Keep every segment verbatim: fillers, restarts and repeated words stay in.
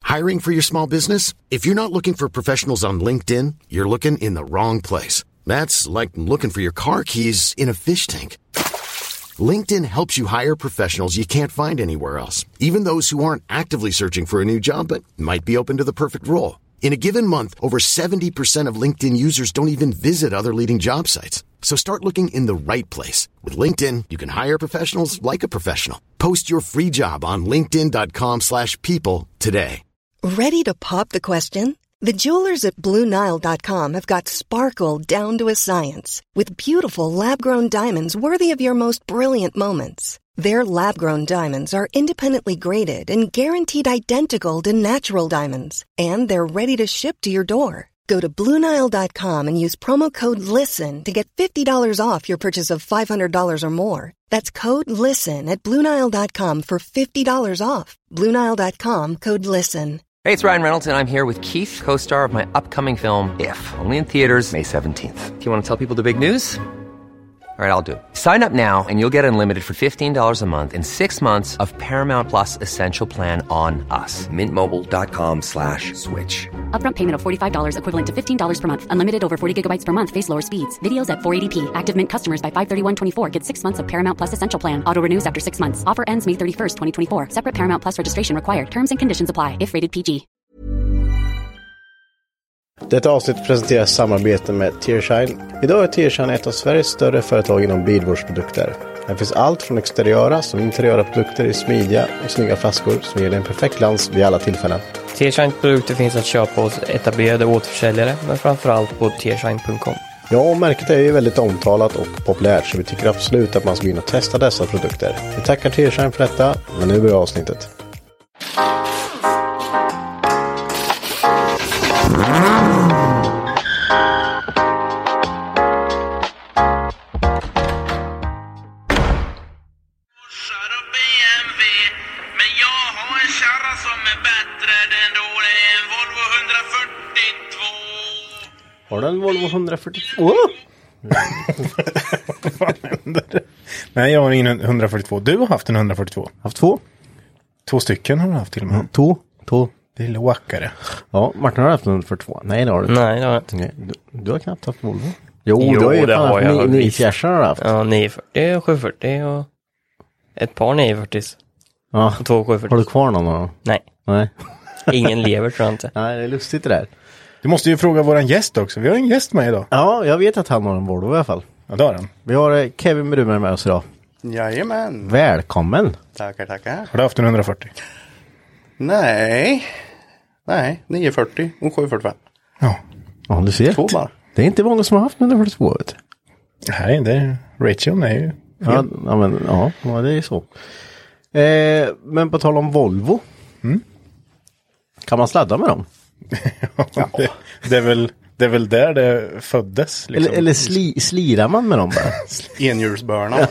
Hiring for your small business? If you're not looking for professionals on LinkedIn, you're looking in the wrong place. That's like looking for your car keys in a fish tank. LinkedIn helps you hire professionals you can't find anywhere else, even those who aren't actively searching for a new job but might be open to the perfect role. In a given month, over seventy percent of LinkedIn users don't even visit other leading job sites. So start looking in the right place. With LinkedIn, you can hire professionals like a professional. Post your free job on linkedin dot com slash people today. Ready to pop the question? The jewelers at Blue Nile dot com have got sparkle down to a science with beautiful lab-grown diamonds worthy of your most brilliant moments. Their lab-grown diamonds are independently graded and guaranteed identical to natural diamonds, and they're ready to ship to your door. Go to Blue Nile dot com and use promo code LISTEN to get fifty dollars off your purchase of five hundred dollars or more. That's code LISTEN at Blue Nile dot com for fifty dollars off. Blue Nile dot com, code LISTEN. Hey, it's Ryan Reynolds, and I'm here with Keith, co-star of my upcoming film, If, only in theaters May seventeenth. Do you want to tell people the big news? All right, I'll do it. Sign up now and you'll get unlimited for fifteen dollars a month and six months of Paramount Plus Essential Plan on us. Mint Mobile dot com slash switch. Upfront payment of forty-five dollars equivalent to fifteen dollars per month. Unlimited over forty gigabytes per month. Face lower speeds. Videos at four eighty p. Active Mint customers by five thirty-one twenty-four get six months of Paramount Plus Essential Plan. Auto renews after six months. Offer ends May thirty-first, twenty twenty-four. Separate Paramount Plus registration required. Terms and conditions apply if rated P G. Detta avsnitt presenteras samarbete med Tearshine. Idag är Tearshine ett av Sveriges större företag inom bilvårdsprodukter. Här finns allt från exteriöra som interiöra produkter i smidiga och snygga flaskor som ger dig en perfekt glans vid alla tillfällen. Tearshine produkter finns att köpa hos etablerade återförsäljare, men framförallt på tearshine punkt com. Ja, och märket är ju väldigt omtalat och populärt, så vi tycker absolut att man ska gå in och testa dessa produkter. Vi tackar Tearshine för detta, men nu börjar avsnittet. Har du en Volvo hundrafyrtiotvå? Oh! Vad händer? Nej, jag har ingen hundrafyrtiotvå. Du har haft en hundrafyrtiotvå. Haft två? Två stycken har du haft till och med. Mm, två. Två. Det är låkare. Ja, Martin har haft en hundrafyrtiotvå. Nej, det har du inte. Nej, det har jag inte. Nej, du, du har knappt haft Volvo. Jo, jo du har ju det har jag. Ni, nio fjärsar har du haft. Ja, nio fyrtio och sju fyrtio och ett par nio fyrtio. Ja. Och två sju fyrtio. Har du kvar någon då? Nej. Nej. Ingen lever tror jag inte. Nej, det är lustigt det där. Du måste ju fråga våran gäst också. Vi har en gäst med idag. Ja, jag vet att han har en Volvo i alla fall. Ja, det har han. Vi har eh, Kevin Brumer med oss idag. Jajamän. Välkommen. Tackar, tackar. Har du haft en hundrafyrtio? Nej. Nej, nio fyrtio och sju fyrtiofem. Ja. Ja, du ser. Två bara. Det är inte många som har haft en hundrafyrtiotvå, vet du. Nej, det är Rachel är ju. Ja, ja, men, ja, ja, det är så. Eh, men på tal om Volvo. Mm. Kan man sladda med dem? ja. det, det, är väl, det är väl där det föddes. Liksom. Eller, eller sli, slirar man med dem bara? Enhjulsbörna.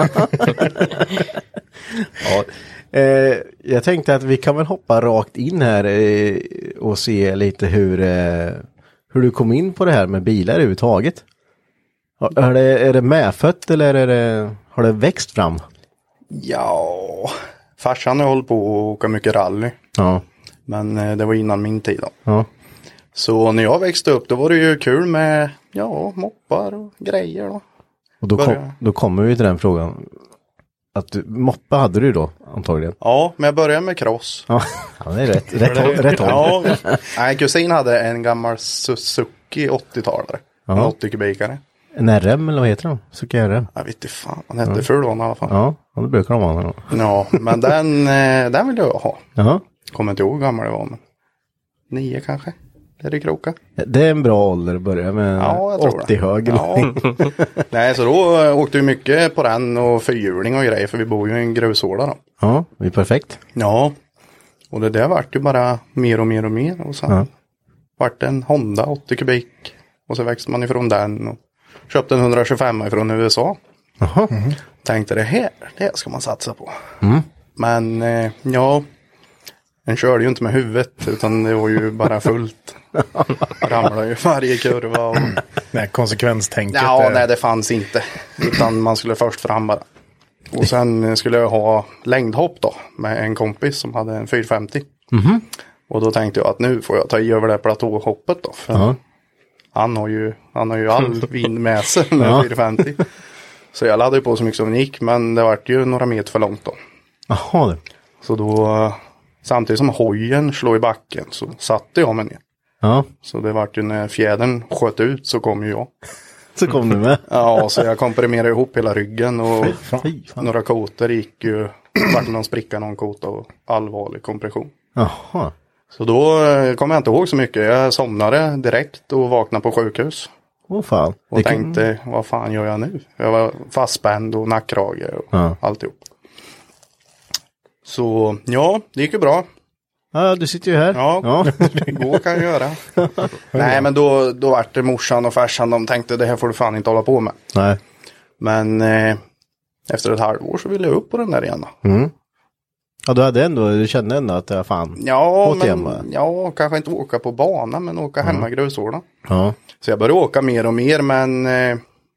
ja. eh, jag tänkte att vi kan väl hoppa rakt in här eh, och se lite hur, eh, hur du kom in på det här med bilar överhuvudtaget. Är det, är det medfött eller är det, har det växt fram? Ja, farsan har hållit på att åka mycket rally. Ja. Men eh, det var innan min tid då. Ja. Så när jag växte upp då var det ju kul med ja, moppar och grejer då. Och då, kom, då kommer vi till den frågan. Att du, moppa hade du då antagligen? Ja, men jag började med cross. Ja, ja det är rätt. Rätt håll. Rätt håll. Ja, nej, kusin hade en gammal Suzuki åttiotalare. Ja. En åttio kubikare. En R M eller vad heter de? Suzuki R M? Jag vet inte fan, han hette ja. Full i alla fall. Ja, det brukar de vara. Ja, men den, den vill jag ha. Jaha. Kommer inte ihåg hur gammal det var, men nio kanske. Det är det kroka. Det är en bra ålder att börja med ja, åttio hög. Ja. Nej, så då åkte vi mycket på den och fyrhjuling och grejer, för vi bor ju i en grushåla då. Ja, det är perfekt. Ja, och det där vart ju bara mer och mer och mer. Och sen ja. Vart det en Honda åttio kubik. Och så växte man ifrån den och köpte en hundratjugofem från U S A. Jaha. Mm. Tänkte det här, det ska man satsa på. Mm. Men eh, ja, den körde ju inte med huvudet utan det var ju bara fullt. Ramlade ju varje kurva. Och... Nej, konsekvenstänket. Ja, är... nej det fanns inte. Utan man skulle först fram bara. Och sen skulle jag ha längdhopp då med en kompis som hade en fyrahundrafemtio. Mm. Och då tänkte jag att nu får jag ta i över det här platåhoppet då. För Ja. han, har ju, han har ju all vind med sig med Ja. fyrahundrafemtio. Så jag laddade på så mycket som det gick, men det var ju några meter för långt då. Jaha du. Så då, samtidigt som hojen slog i backen så satte jag mig ner. Ja. Så det var ju när fjädern sköt ut så kom ju jag. Så kom du med. Ja, så jag komprimerade ihop hela ryggen och Fy fan. några koter gick ju, vart någon spricka någon kota och allvarlig kompression. Jaha. Så då eh, kommer jag inte ihåg så mycket. Jag somnade direkt och vaknade på sjukhus. Åh fan. Och Det kan- tänkte, vad fan gör jag nu? Jag var fastspänd och nackkrage och Ja. alltihop. Så ja, det gick ju bra. Ja, du sitter ju här. Ja, Ja. gå kan jag göra. Nej, men då, då var det morsan och farsan. De tänkte, det här får du fan inte hålla på med. Nej. Men eh, efter ett halvår så ville jag upp på den där igen då. Mm. Ja, du hade ändå, du kände ändå att jag fan. Ja, Åt igen, va? men, ja, kanske inte åka på bana, men åka hemma i grusårna. Ja. Så jag började åka mer och mer, men eh,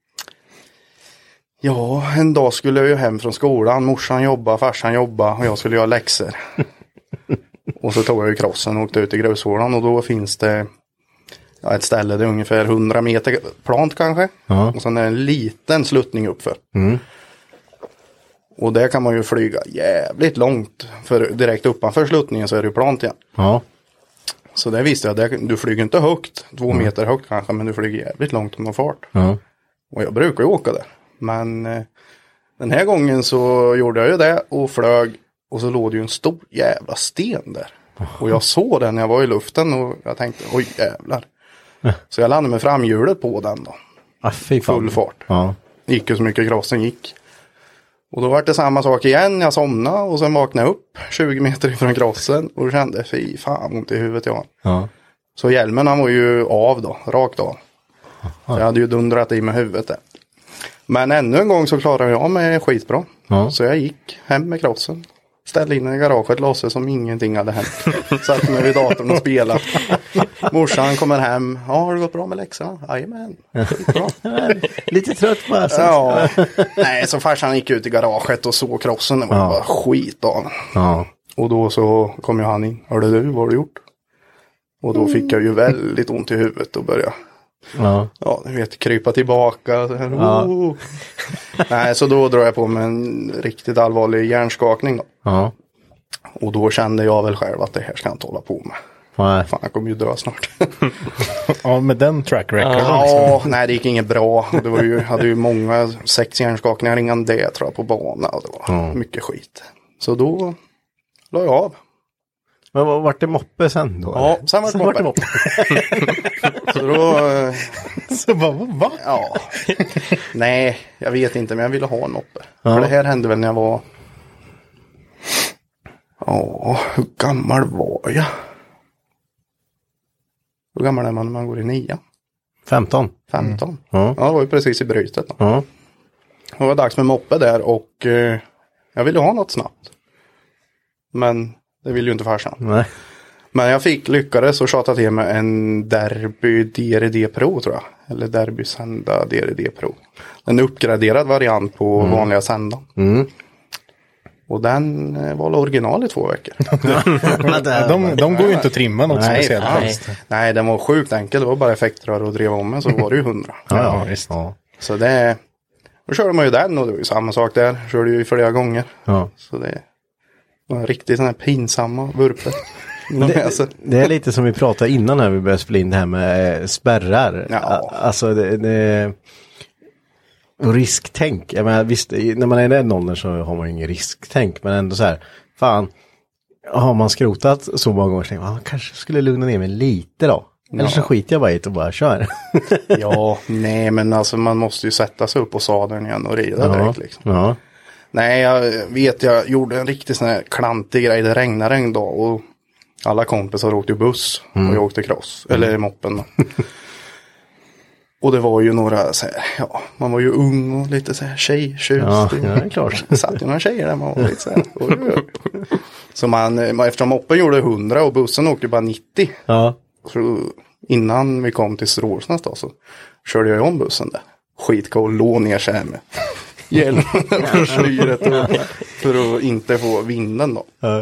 ja, en dag skulle jag ju hem från skolan. Morsan jobba, farsan jobba och jag skulle göra läxor. Och så tog jag ju crossen och åkte ut i grusårnan och då finns det ja, ett ställe, det är ungefär hundra meter plant kanske. Ja. Och sen är det en liten sluttning uppför. Mm. Och där kan man ju flyga jävligt långt. För direkt uppanför sluttningen så är det ju plant igen. Ja. Så det visste jag, där, du flyger inte högt, två meter högt kanske, men du flyger jävligt långt om du har fart. Ja. Och jag brukar ju åka där. Men eh, den här gången så gjorde jag ju det och flög. Och så låg det ju en stor jävla sten där. Och jag såg den när jag var i luften och jag tänkte, oj jävlar. Så jag landade med framhjulet på den då. Ah, fy fan. Full fart. Ja. Gick ju så mycket crossen gick. Och då var det samma sak igen. Jag somnade och sen vaknade jag upp tjugo meter ifrån crossen. Och kände, fy fan ont i huvudet jag har. Ja. Så hjälmen han var ju av då, rakt av. Så jag hade ju dundrat i med huvudet där. Men ännu en gång så klarade jag mig skitbra. Ja. Så jag gick hem med crossen. Ställde in den i garaget, låtsades som ingenting hade hänt. Satt mig vid datorn och spelade. Morsan kommer hem. Ja, har det gått bra med läxorna? Jajamän, skitbra. Lite trött bara. Så. Ja, nej, så farsan gick ut i garaget och såg crossen. Det var Ja. bara skit av. Ja. Och då så kom ju han in. Hörde du, vad har du gjort? Och då fick jag ju väldigt ont i huvudet och började, Ja. ja, du vet, krypa tillbaka. Så här, Ja. oh. Nej, så då drar jag på med en riktigt allvarlig hjärnskakning då. Ja. Och då kände jag väl själv att det här ska jag inte hålla på med. Nej. Fan, jag kommer ju dö snart. Ja, med den track record. Ja, nej, det gick inget bra. Det var ju, hade ju många sex hjärnskakningar innan det tror jag på bana. Och det var Mm. mycket skit. Så då la jag av. Men vad- vart det moppe sen då? Ja, sen vart det moppe. moppe. Så då, eh, Så bara, va? ja. Nej, jag vet inte, men jag ville ha en moppe. Ja. För det här hände väl när jag var, ja, hur gammal var jag? Hur gammal är man när man går i nian? femton. femton. Ja. Ja, det var ju precis i brytet då. Ja. Det var dags med moppe där och eh, jag ville ha något snabbt. Men det ville ju inte farsan. Nej. Men jag fick lyckades och tjata till mig en Derby D R D Pro tror jag. Eller Derby Senda D R D Pro. En uppgraderad variant på vanliga Senda. Mm. Och den eh, var original i två veckor. De, de går ju inte att trimma något Nej, speciellt. fan. helst. Nej, den var sjukt enkel. Det var bara effektrör och drev om den så var det ju hundra. Ja, Ja, ja. visst. Ja. Så det, då körde man ju den och det var ju samma sak där. Körde ju flera gånger. Ja. Så det var riktigt sådana här pinsamma vurper. Det, det är lite som vi pratade innan när vi började spela in det här med eh, spärrar. Ja. A- Alltså det, det och risktänk. Jag menar, visst, i- när man är i den åldern så har man ju ingen risktänk. Men ändå så här, fan, har man skrotat så många gånger så tänker man, man kanske skulle lugna ner mig lite då. Eller så skiter jag bara i det och bara kör. Ja, nej men alltså man måste ju sätta sig upp på sadeln igen och rida direkt liksom. Ja. Nej, jag vet jag gjorde en riktigt sån här klantig grej. Det regnade en dag och alla kompisar åkte buss och jag åkte cross. Eller moppen då. Och det var ju några så här, ja, man var ju ung och lite så här tjejtjust. Ja, ja, det är klart. Det satt ju några tjejer där man var lite så här. Oj, oj, oj. Så man, eftersom moppen gjorde hundra och bussen åkte bara nittio. Ja. Så innan vi kom till Strålsnäs då så körde jag om bussen där. Skitcool, låg ner sig med hjälmen för styret och, för att inte få vinden då. Ja.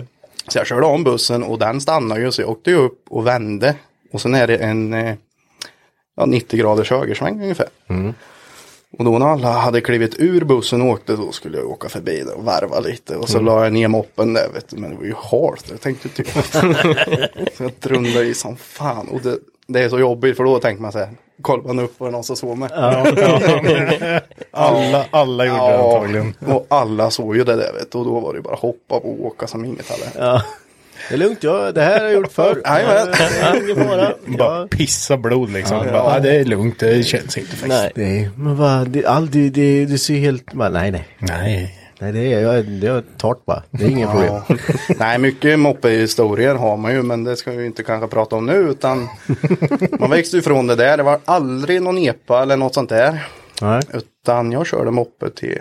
Så jag körde om bussen och den stannade ju, så jag åkte ju upp och vände. Och sen är det en eh, ja, nittio graders högersväng ungefär. Mm. Och då när alla hade klivit ur bussen och åkte, då skulle jag åka förbi det och varva lite. Och så mm. la jag ner moppen där, vet du, men det var ju halt. Jag tänkte typ så jag trundade i som fan. Och det, det är så jobbigt, för då tänker man så här, kollar man upp och någon som såg mig. Ja, alla, alla gjorde ja, det antagligen. Och alla såg ju det där, vet du. Och då var det bara hoppa på och åka som inget hade. Ja. Det är lugnt, ja, det här har jag gjort förr. Nej, bara pissa blod liksom. Ja, bara, ja, det är lugnt, det känns inte faktiskt. Nej, nej men vad, det, all, det, det, det ser helt, bara, nej, nej. Nej. Nej, det är jag, det är torrt bara. Det är ingen problem. Nej, mycket moppehistorier har man ju, men det ska vi inte kanske prata om nu, utan man växte ifrån det där. Det var aldrig någon epa eller något sånt där. Nej. Utan jag körde moppe till,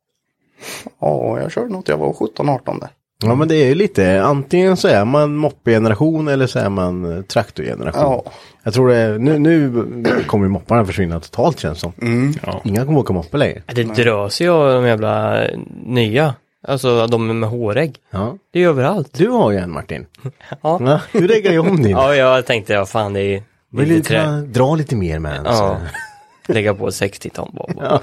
ja, jag körde något, jag var sjutton arton där. Ja, men det är ju lite, antingen så är man moppegeneration eller så är man traktorgeneration. Ja. Jag tror det, nu, nu kommer ju mopparna försvinna totalt, känns som. Mm. Ja. Inga kommer åka moppe längre. Det dras ju av de jävla nya, alltså de med hårägg. Ja. Det är ju överallt. Du har ju en, Martin. Ja. Ja, du reggar ju om din. Ja, jag tänkte, ja fan det är... Vill du dra, dra lite mer med en? Ja. Lägga på sextio ton bara. Ja.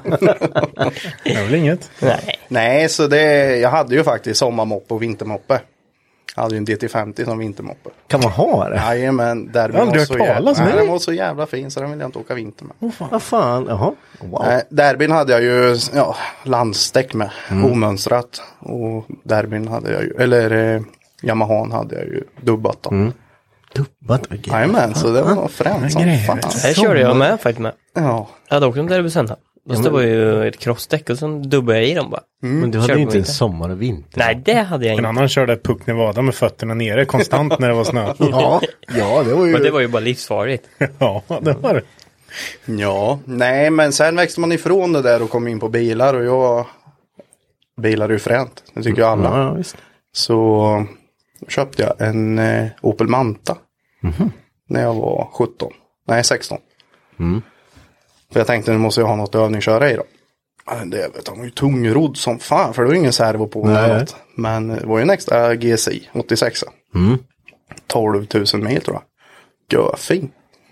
Det är väl inget? Nej. Nej, så det, jag hade ju faktiskt sommarmoppe och vintermoppe. Jag hade ju en D T femtio som vintermoppe. Kan man ha det? Nej, men derbyn var, så jävla, nej, den var så jävla fin, så den ville jag inte åka vinter med. Vad fan? Vad fan? Jaha. Wow. Nej, derbyn hade jag ju ja, landstäck med, mm. omönstrat. Och derbyn hade jag ju, eller eh, Yamahan hade jag ju dubbat då. Mm. Dubbat? Nej, men så det var nog främt som fan. Det körde jag med faktiskt med. Ja. Jag hade också en derby sen här. Ja, men... Det var ju ett crossdäck och så dubbade jag i dem bara. Mm. Men du hade ju inte en sommar och vinter. Nej, det hade jag inte. En annan körde Puck Nevada med fötterna nere konstant när det var snö. Ja, ja, det var ju... Men det var ju bara livsfarligt. Ja, det var det. Ja, nej, men sen växte man ifrån det där och kom in på bilar. Och jag... Bilar är ju fränt. Det tycker jag alla. Ja, visst. Så köpte jag en eh, Opel Manta. Mm-hmm. När jag var sjutton. Nej, sexton. Mm. För jag tänkte, nu måste jag ha något att övningsköra i då. Det vet, han var ju tungrodd som fan, för det var ingen servo på något. Men det var ju en extra G S I åttiosex. Mm. tolv tusen mil tror jag. Göfin.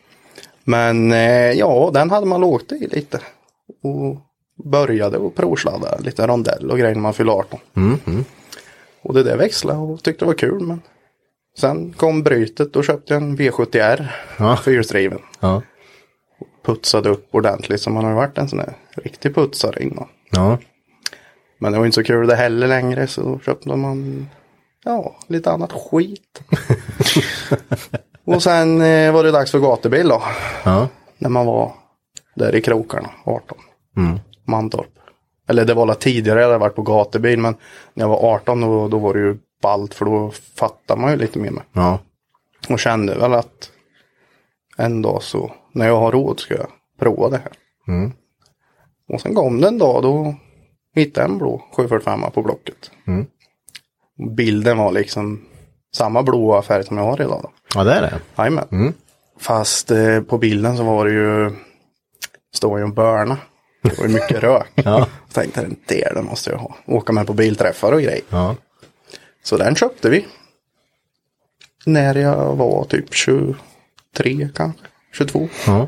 Men eh, ja, den hade man lågt i lite. Och började och provsladda lite rondell och grejer när man fyllde arton. Mm. Mm. Och det där växlade och tyckte det var kul, men sen kom brytet och köpte en V sjuttio R. Ja. Fyrhjulsdriven. Ja. Putsade upp ordentligt, som man har varit en sån här riktig putsare innan. Ja. Men det var inte så kul det heller längre, så köpte man ja, lite annat skit. Och sen eh, var det dags för gatubil då. Ja. När man var där i krokarna, arton. Mm. Mantorp. Eller det var la tidigare, jag hade varit på gatubil, men när jag var arton då, då var det ju ballt, för då fattar man ju lite mer med. Ja. Och kände väl att en dag så, när jag har råd, ska jag prova det här. Mm. Och sen kom det en dag, då hittade jag en blå sju fyrtiofem på Blocket. Mm. Bilden var liksom samma blåa färg som jag har idag då. Ja, det är det. Jajamän. Mm. Fast eh, på bilden så var det ju, stod ju en börna. Det var ju mycket rök. Ja. Jag tänkte, det den måste jag ha. Åka med på bilträffar och grejer. Ja. Så den köpte vi. När jag var typ tjugotre kanske. tjugotvå. Ja.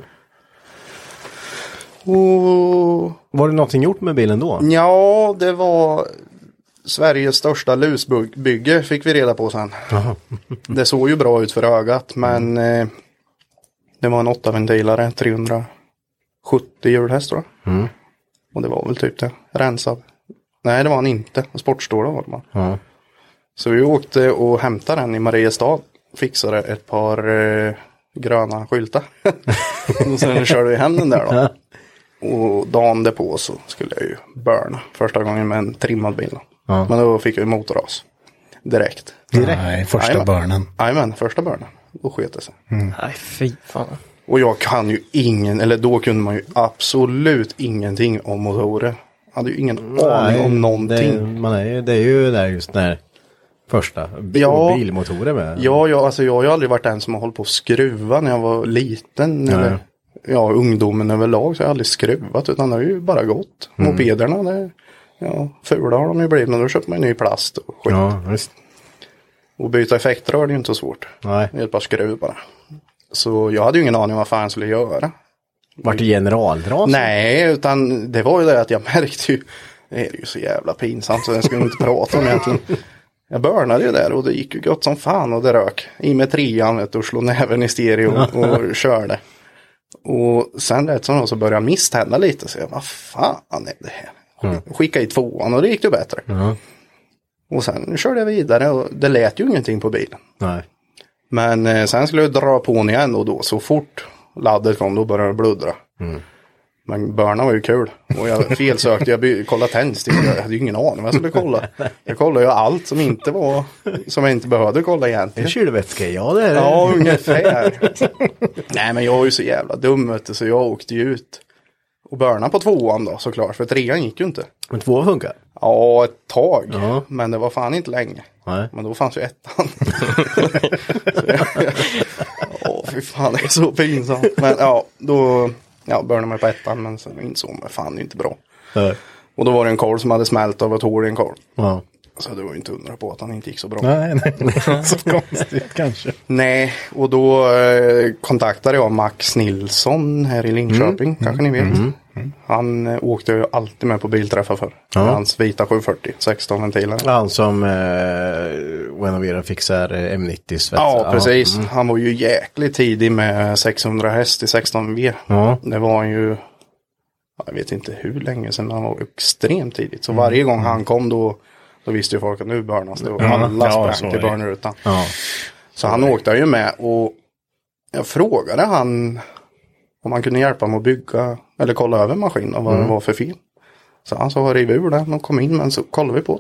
Och... Var det någonting gjort med bilen då? Ja, det var Sveriges största lusbygge, fick vi reda på sen. Det såg ju bra ut för ögat, men eh, det var en åttaventilare, trehundrasjuttio hjulhäst tror jag. Mm. Och det var väl typ det, rensad. Nej, det var han inte. Sportstålar var det man. Mm. Så vi åkte och hämtade den i Mariestad. Fixade ett par eh, gröna skyltar. Och sen körde vi hem den där då. Och dagen därpå så skulle jag ju burna. Första gången med en trimmad bil. Ja. Men då fick jag ju motorras. Direkt. Direkt? Nej, första Amen. burnen. Jajamän, första burnen. Då sket det sig. Mm. Nej, fy fan. Och jag kan ju ingen, eller då kunde man ju absolut ingenting om motorer. Jag hade ju ingen Nej, aning om någonting. Det, man är ju, det är ju där just när första ja, bilmotorer med. Ja, ja, alltså jag har ju aldrig varit den som har hållit på att skruva när jag var liten. Ja. Eller, ja, ungdomen överlag så har jag aldrig skruvat, utan det har ju bara gått. Mm. Mopederna, det, ja, fula har de ju blivit, men då köper man ju ny plast och skit. Ja, visst. Och byta effektrör, det är ju inte så svårt. Nej. Det är ett par skruv bara. Så jag hade ju ingen aning vad fan jag skulle göra. Vart det generalras? Nej, utan det var ju det att jag märkte ju, det är ju så jävla pinsamt så jag skulle inte prata om egentligen. Jag börnade ju där och det gick ju gott som fan och det rök. I med trean vet du, och slå näven i stereo och körde. Och sen rätt som då så började jag misstända lite så jag, vad fan är det här? Mm. Skicka i tvåan och det gick ju bättre. Mm. Och sen körde jag vidare och det lät ju ingenting på bilen. Nej. Men eh, sen skulle jag dra på den igen och då så fort laddet kom då började det bluddra. Mm. Men börna var ju kul. Och jag felsökte, jag by- kollade tändstil. Jag hade ju ingen aning vad jag skulle kolla. Jag kollade ju allt som inte var, som jag inte behövde kolla egentligen. En kylvätska, ja det är det. Ja, ungefär. Nej, men jag var ju så jävla dum vet du, så jag åkte ju ut. Och börna på tvåan då såklart, för trean gick ju inte. Men tvåan funkar? Ja, ett tag. Ja. Men det var fan inte länge. Nej. Men då fanns ju ettan. Åh, fy fan, det är så pinsamt. Men ja, då ja, började man på ettan, men sen insåg man fan det är inte bra. Nej. Och då var det en korv som hade smält av ett hål i en korv. Ja. Så det var ju inte undra på att han inte gick så bra. Nej, nej. Så konstigt kanske. Nej, och då eh, kontaktade jag Max Nilsson här i Linköping, mm. kanske ni vet. Mm. Mm. Han eh, åkte ju alltid med på bilträffar för. Ja. Hans vita sjuhundrafyrtio, sexton ventiler. Han som eh, renoverar fixar eh, M nittio svets. Ja, precis. Mm. Han var ju jäkligt tidig med sexhundra häst i sexton V. Ja. Det var ju, jag vet inte hur länge sedan, han var extremt tidigt. Så mm. varje gång han kom då Då visste ju folk att nu börnas det. Och ja, alla ja, sprang till börnarutan. Ja. Så han åkte ju med. Och jag frågade han om han kunde hjälpa mig att bygga. Eller kolla över maskinen och vad mm. det var för fel. Så han sa riv ur den och kom in. Men så kollade vi på det.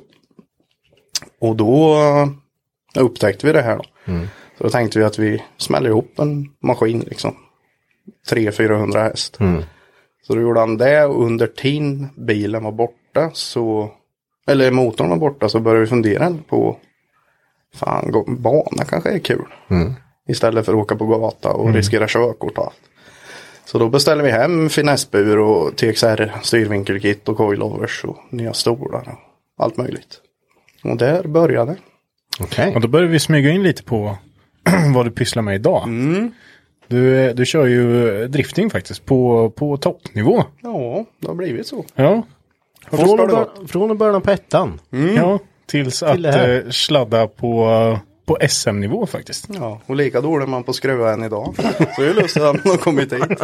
Och då upptäckte vi det här då. Mm. Så då tänkte vi att vi smäller ihop en maskin liksom. tre till fyrahundra häst. Mm. Så då gjorde han det. Och under tiden bilen var borta så... Eller motorn var borta så började vi fundera på fan, gå, bana kanske är kul. Mm. Istället för att åka på gata och mm. riskera körkort och allt. Så då beställde vi hem finessbur och T X R styrvinkelkit och coilovers och nya stolar och allt möjligt. Och där började. Okej. Och då började vi smyga in lite på vad du pysslar med idag. Mm. Du, du kör ju drifting faktiskt på, på toppnivå. Ja, det har blivit så. Ja. Från att, bör, från att börja på ettan. Mm. Ja, tills Till att eh, sladda på, på S M-nivå faktiskt. Ja, och lika dålig man på skruva än idag. Så är det lustigt att man har kommit hit.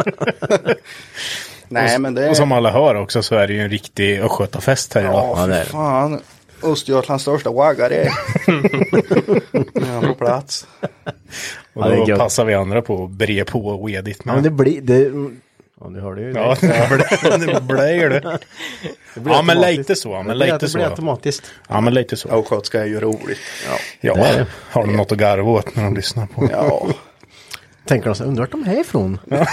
Nej, och, men det är... och som alla hör också så är det ju en riktig östgötafest här idag. Ja, för ja, fan. Östergötlands största waggare. Ja, på plats. Och då ja, passar vi andra på att bre på och edit med. Ja, men det blir... Det... Ja, du hörde ju det. Ja, det blir det. Ja, men lite så. Men det lite blir så. automatiskt. Ja, men lite så. Östgötska är ju roligt. Ja, ja. Har de något att garva åt när de lyssnar på? Ja. Tänker de så, undrar vart de är ifrån? Ja.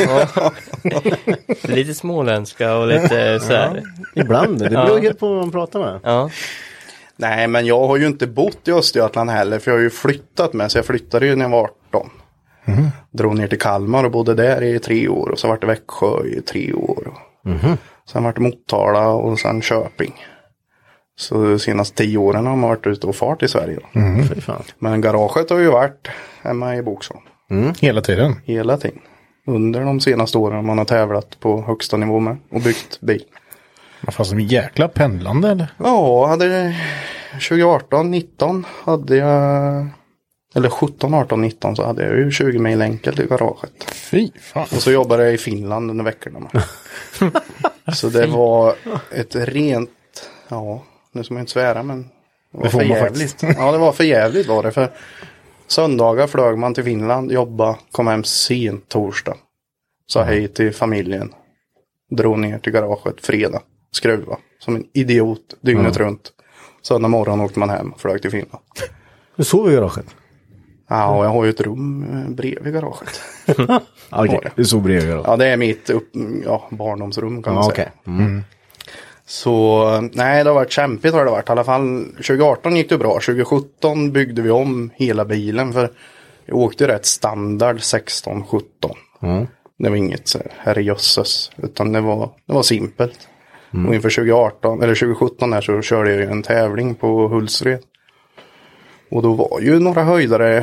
Lite småländska och lite så här. Ja, ibland, det beror ju helt på vad man pratar med. Ja. Nej, men jag har ju inte bott i Östergötland heller, för jag har ju flyttat med, så jag flyttade ju när jag var arton. Mm. Drog ner till Kalmar och bodde där i tre år. Och så var det Växjö i tre år. Mm. Sen var det Motala och sen Köping. Så de senaste tio åren har man varit ute och fart i Sverige. Mm. Men garaget har ju varit hemma i Boksholm. Mm. Hela tiden? Hela tiden. Under de senaste åren man har tävlat på högsta nivå med och byggt bil. Man fanns som jäkla pendlande eller? Ja, hade tjugo arton nitton hade jag... Eller sjutton arton nitton så hade jag ju tjugo mil enkelt i garaget. Fy fan. Och så jobbade jag i Finland under veckorna med. Så det var ett rent, ja, nu ska man inte svära, men det var det för jävligt. Ja, det var för jävligt var det. För söndagar flög man till Finland, jobba, kom hem sent torsdag. Sa hej till familjen. Drog ner till garaget fredag, skruva. Som en idiot dygnet mm. runt. Söndag morgon åkte man hem och flög till Finland. Du sov i garaget? Ja, och jag har ju ett rum bredvid garaget. Okej, okay. Du sov bredvid garaget? Ja, det är mitt upp, ja, barndomsrum kan man ja, säga. Okay. Mm. Så, nej, det har varit kämpigt har det varit. I alla fall tjugo arton gick det bra. tjugo sjutton byggde vi om hela bilen. För jag åkte rätt standard sexton sjutton. Mm. Det var inget så här, herrejösses. Utan det var, det var simpelt. Mm. Och inför tjugo arton, eller tjugo sjutton här så körde jag en tävling på Hultsfred. Och då var ju några höjdare,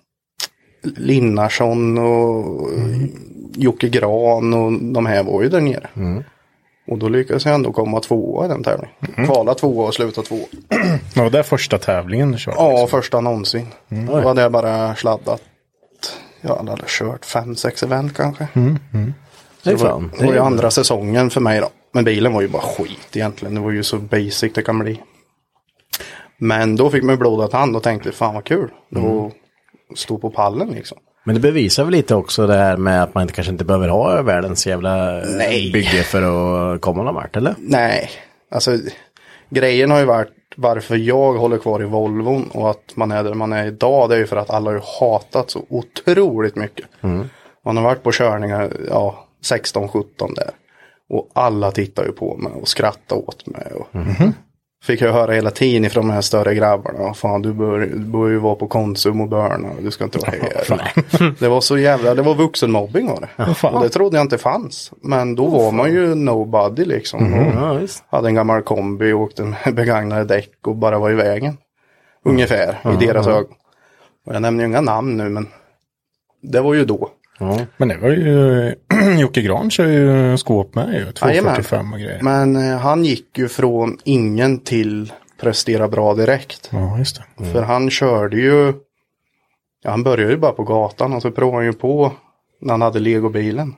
Linnarsson och mm. Jocke Gran och de här var ju där nere. Mm. Och då lyckades jag ändå komma tvåa i den tävlingen. Mm. Kvala tvåa och sluta tvåa. Det var det första tävlingen du körde? Ja, liksom. första någonsin. Mm. Då hade jag bara sladdat. Jag hade kört fem, sex event kanske. Mm. Mm. Det, det var, det var ju andra säsongen för mig då. Men bilen var ju bara skit egentligen. Det var ju så basic det kan bli. Men då fick man blodat hand och tänkte fan vad kul. Då mm. stå på pallen liksom. Men det bevisar väl lite också det här med att man inte, kanske inte behöver ha världens jävla Nej. bygge för att komma någon vart, eller? Nej, alltså grejen har ju varit varför jag håller kvar i Volvon och att man är där man är idag, det är ju för att alla har ju hatat så otroligt mycket. Mm. Man har varit på körningar, ja, sexton sjutton där. Och alla tittar ju på mig och skrattar åt mig. Och mm. fick jag höra hela tiden ifrån de här större grabbarna. Fan, du bör, du bör ju vara på Konsum och Börna. Du ska inte vara här. Det var så jävla, det var vuxenmobbing var det. Ja, och det trodde jag inte fanns. Men då var man ju nobody liksom. Mm. Och ja, hade en gammal kombi och åkte med begagnade däck och bara var i vägen. Ungefär, mm. i deras mm. ögon. Och jag nämner ju inga namn nu, men det var ju då. Ja. Men det var ju Jocke Gran kör ju skåp med ju, tvåhundrafyrtiofem och grejer. Men eh, han gick ju från ingen till prestera bra direkt. Ja, just det. Mm. För han körde ju, ja, han började ju bara på gatan och så provade han ju på när han hade legobilen.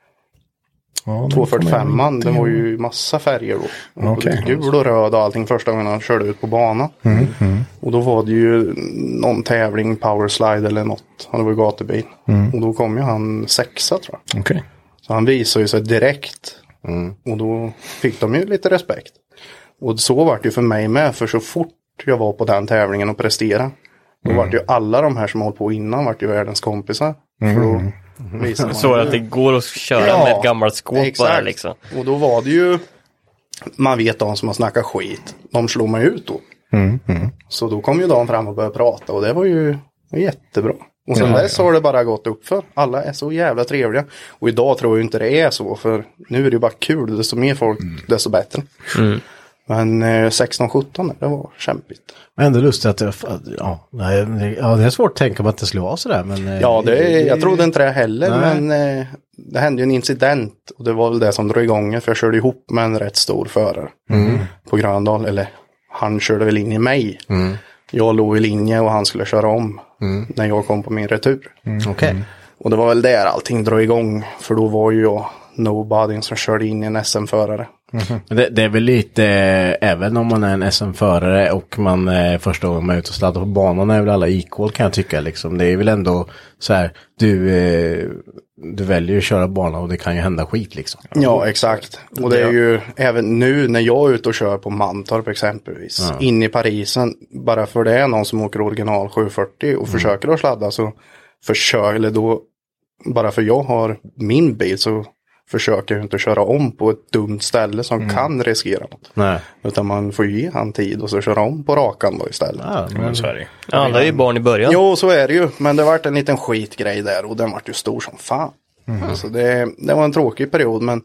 Ja, tvåhundrafyrtiofemman, det var ju massa färger då. Okay. Gul och röd och allting första gången han körde ut på banan. Mm, mm. Och då var det ju någon tävling, powerslide eller något. Han var ju gatubil. Mm. Och då kom ju han sexa tror jag. Okay. Så han visade ju sig direkt. Mm. Och då fick de ju lite respekt. Och så var det ju för mig med. För så fort jag var på den tävlingen och prestera. Då mm. var det ju alla de här som hållit på innan var det ju världens kompisar. Mm. För då Mm. Så att det går att köra ja, med ett gammalt skåp exakt. Bara liksom. Och då var det ju, man vet de som har snackat skit, de slår man ut då. Mm. Mm. Så då kom ju de fram och började prata och det var ju jättebra. Och sen ja, dess ja. har det bara gått upp för. Alla är så jävla trevliga. Och idag tror jag inte det är så, för nu är det ju bara kul. Desto mer folk, mm. desto bättre. Mm. Men eh, sexton sjutton, det var kämpigt. Men ändå lustigt att det, ja, ja, det är svårt att tänka på att det skulle vara sådär. Men, ja, det är, jag trodde inte det heller, nej. men eh, det hände ju en incident. Och det var väl det som drog igång det, för jag körde ihop med en rätt stor förare mm. på Gröndal. Eller han körde väl in i mig. Mm. Jag låg i linje och han skulle köra om mm. när jag kom på min retur. Mm. Okay. Och det var väl där allting drog igång, för då var ju jag nobody som körde in i en S M-förare. Mm-hmm. Det, det är väl lite, eh, även om man är en S M-förare och man eh, första gången man är ute och sladdar på banan är väl alla equal kan jag tycka liksom. Det är väl ändå så här, du, eh, du väljer att köra banan och det kan ju hända skit liksom. Ja, exakt. Och det är ju även nu när jag är ute och kör på Mantorp exempelvis, ja. in i Parisen, bara för det är någon som åker original sjuhundrafyrtio och mm. försöker att sladda så försök, eller då, bara för jag har min bil så försöker inte köra om på ett dumt ställe som mm. kan riskera något. Nej. Utan man får ge han tid och så köra om på rakan då istället. Ja, men så är det. Ja, det är ju barn i början. Jo, så är det ju. Men det varit en liten skitgrej där och den vart ju stor som fan. Mm. Alltså det, det var en tråkig period, men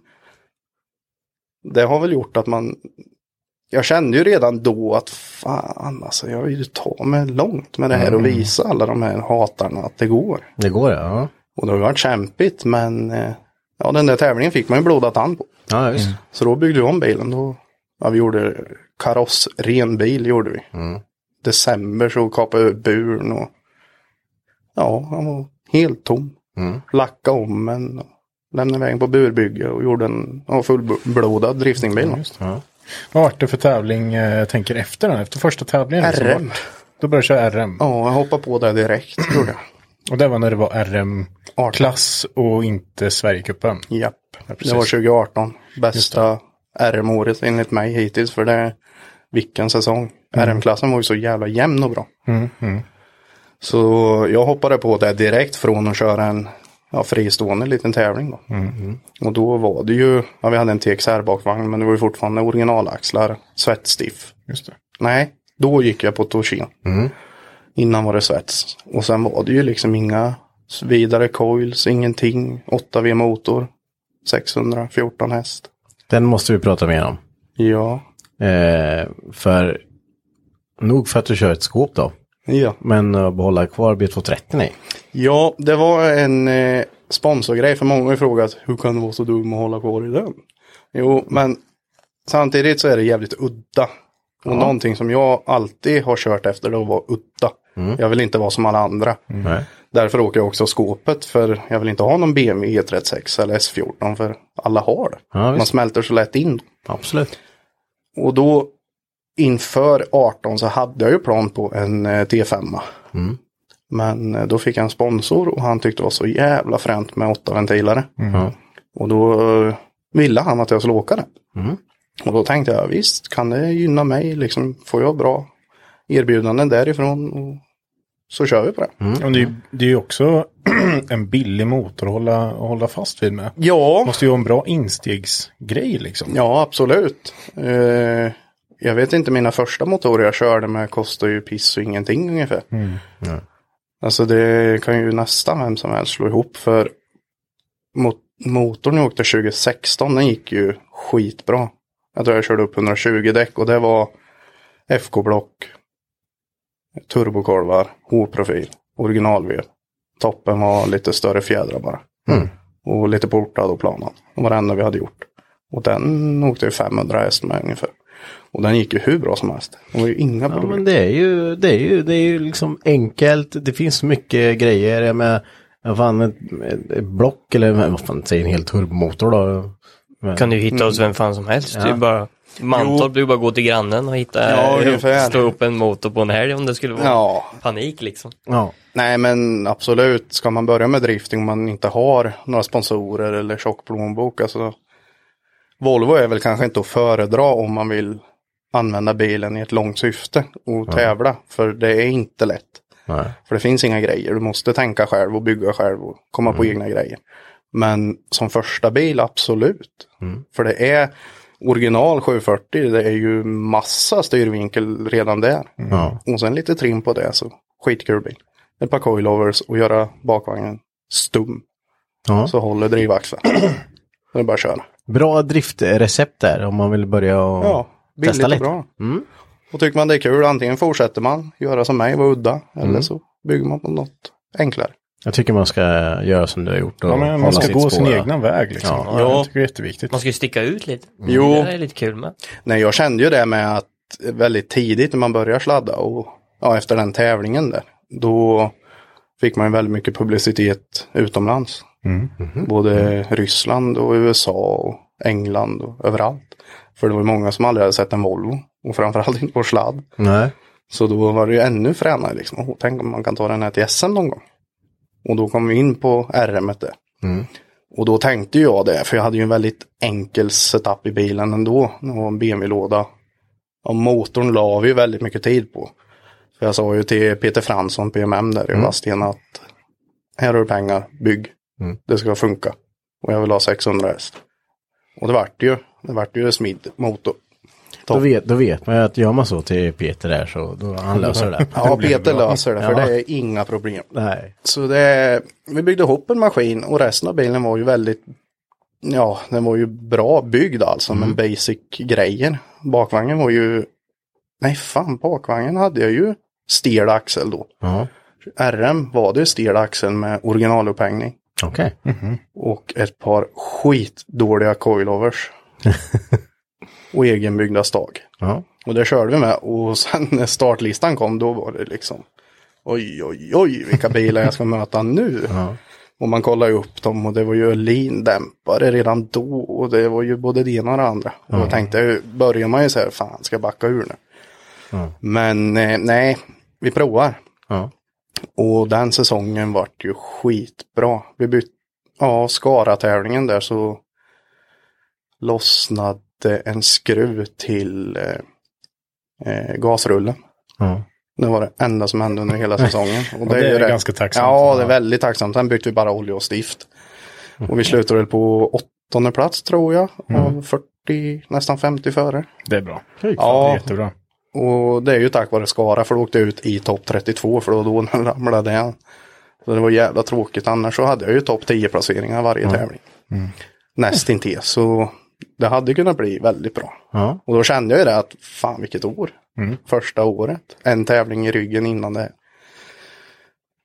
det har väl gjort att man, jag kände ju redan då att fan, alltså jag vill ju ta mig långt med det här mm. och visa alla de här hatarna att det går. Det går, ja. Och det har varit kämpigt, men ja, den där tävlingen fick man ju blodat hand på. Ja, visst. Mm. Så då byggde vi om bilen. Då, ja, vi gjorde kaross, ren bil gjorde vi. Mm. December så kapade vi buren och ja, han var helt tom. Mm. Lacka om men lämnade vägen på burbygge och gjorde en ja, fullblodad driftingbil. Ja, ja. Vad var det för tävling jag tänker efter den? Efter första tävlingen? R M. Då började jag köra R M. Ja, jag hoppade på det direkt, tror jag. Och det var när det var R M-klass och inte Sverigecupen. Japp, ja, det var tjugo arton. Bästa R M-året enligt mig hittills, för det är vilken säsong. Mm. R M-klassen var ju så jävla jämn och bra. Mm, mm. Så jag hoppade på det direkt från att köra en ja, fristående liten tävling då. Mm, mm. Och då var det ju, ja, vi hade en T X R-bakvagn, men det var ju fortfarande originalaxlar, svettstiff. Just det. Nej, då gick jag på Toshin. Mm. Innan var det svets. Och sen var det ju liksom inga vidare coils, ingenting. åtta V-motor, sexhundrafjorton häst. Den måste vi prata mer om. Ja. Eh, för, nog för att du kör ett skåp då. Ja. Men uh, behålla kvar B två trettio, nej. Ja, det var en eh, sponsorgrej, för många har ju frågat hur kan du vara så dum och hålla kvar i den? Jo, men samtidigt så är det jävligt udda. Och ja. Någonting som jag alltid har kört efter det var udda. Mm. Jag vill inte vara som alla andra. Mm. Därför åker jag också skåpet, för jag vill inte ha någon B M W E trettiosex eller S fjorton, för alla har det. Ja, man smälter så lätt in. Absolut. Och då inför arton så hade jag ju plan på en eh, T fem. Mm. Men eh, då fick jag en sponsor och han tyckte det var så jävla fränt med åtta ventilare. Mm. Och då eh, ville han att jag skulle åka den. Mm. Och då tänkte jag, visst kan det gynna mig, liksom får jag bra erbjudanden därifrån och så kör vi på det. Mm. Och det, är, det är ju också en billig motor att hålla, att hålla fast vid med. Ja. Måste ju ha en bra instegsgrej liksom. Ja, absolut. Eh, jag vet inte, mina första motorer jag körde med kostar ju piss och ingenting ungefär. Mm. Ja. Alltså det kan ju nästan vem som helst slå ihop, för mot, motorn jag åkte tjugo sexton, den gick ju skitbra. Jag tror jag körde upp hundratjugo däck och det var F K-block, turbokolvar, H-profil, originalvev. Toppen var lite större fjädrar bara. Mm. Och lite portad och planad. Det var det enda vi hade gjort. Och den åkte ju femhundra häst med ungefär. Och den gick ju hur bra som helst. Det var ju inga ja, problem. Men det är ju, det är ju, det är ju liksom enkelt. Det finns mycket grejer med, vad fan, ett, ett block eller vad fan, säger en hel turbomotor då. Men, kan du hitta hos vem fan som helst. Ja. Det är bara Mantorp, du bara gå till grannen och hitta, ja, slå upp en motor på en helg om det skulle vara ja. panik liksom. Ja. Nej, men absolut. Ska man börja med drifting om man inte har några sponsorer eller tjock plånbok, alltså Volvo är väl kanske inte att föredra om man vill använda bilen i ett långt syfte och tävla, ja. För det är inte lätt. Nej. För det finns inga grejer. Du måste tänka själv och bygga själv och komma mm. på egna grejer. Men som första bil, absolut. Mm. För det är original sjuhundrafyrtio, det är ju massa styrvinkel redan där. Mm. Och sen lite trim på det, så skitkul bil. Ett par coilovers och göra bakvagnen stum. Ja. Så håller drivaxeln. Det är bara att köra. Bra driftrecept där om man vill börja och ja, testa lite. Bra. Mm. Och tycker man det är kul, antingen fortsätter man göra som mig, vara udda. Mm. Eller så bygger man på något enklare. Jag tycker man ska göra som du har gjort. Och ja, men man ska gå spår. sin egna väg liksom. Ja. Ja, jag tycker det är jätteviktigt. Man ska ju sticka ut lite. Mm. Jo. Det är lite kul med. Nej, jag kände ju det med att väldigt tidigt när man börjar sladda och ja, efter den tävlingen där, då fick man ju väldigt mycket publicitet utomlands. Mm. Mm-hmm. Både Ryssland och U S A och England och överallt. För det var ju många som aldrig hade sett en Volvo. Och framförallt inte på sladd. Nej. Så då var det ju ännu fränare liksom. Och tänk om man kan ta den här till S M någon gång. Och då kom vi in på R M där. Mm. Och då tänkte jag det. För jag hade ju en väldigt enkel setup i bilen ändå. Det var en B M W-låda. Och motorn la vi ju väldigt mycket tid på. För jag sa ju till Peter Fransson, P M M där i mm. Vadstena, att här har du pengar, bygg. Mm. Det ska funka. Och jag vill ha sexhundra häst. Och det vart ju. Det vart ju smid motor. Då vet, då vet man ju att gör man så till Peter där, så då han löser det. Ja, Peter löser det, för ja. det är inga problem. Nej. Så det, vi byggde ihop en maskin och resten av bilen var ju väldigt, ja, den var ju bra byggd alltså, mm. med basic grejer. Bakvagnen var ju, nej fan, bakvagnen hade jag ju stird axel då. Ja. R M var det stird axel med originalupphängning. Okej. Okay. Mm-hmm. Och ett par skitdåliga coilovers. Och egenbyggda stag. Ja. Och det körde vi med. Och sen när startlistan kom, då var det liksom, oj, oj, oj, vilka bilar jag ska möta nu. Ja. Och man kollade upp dem och det var ju lindämpare redan då. Och det var ju både det ena och det andra. Ja. Och jag tänkte, börjar man ju säga, fan, ska jag backa ur nu? Ja. Men eh, nej, vi provar. Ja. Och den säsongen var ju skitbra. Vi bytte, ja, Skara-tävlingen där så lossnade en skruv till eh, eh, gasrullen. Ja. Det var det enda som hände under hela säsongen. Och det, och det är, är det, ganska tacksamt. Ja, det är väldigt tacksamt. Sen bytte vi bara olja och stift. Mm. Och vi slutade på åttonde plats tror jag. Mm. Av fyrtio, nästan femtio före. Det är bra. Ja, det är jättebra. Och det är ju tack vare Skara, för då åkte jag ut i topp trettiotvå, för då, då ramlade jag. Så det var jävla tråkigt. Annars så hade jag ju topp tio placeringar varje mm. tävling. Mm. Nästintill. Så det hade kunnat bli väldigt bra. Ja. Och då kände jag ju det att fan vilket år. Mm. Första året. En tävling i ryggen innan det.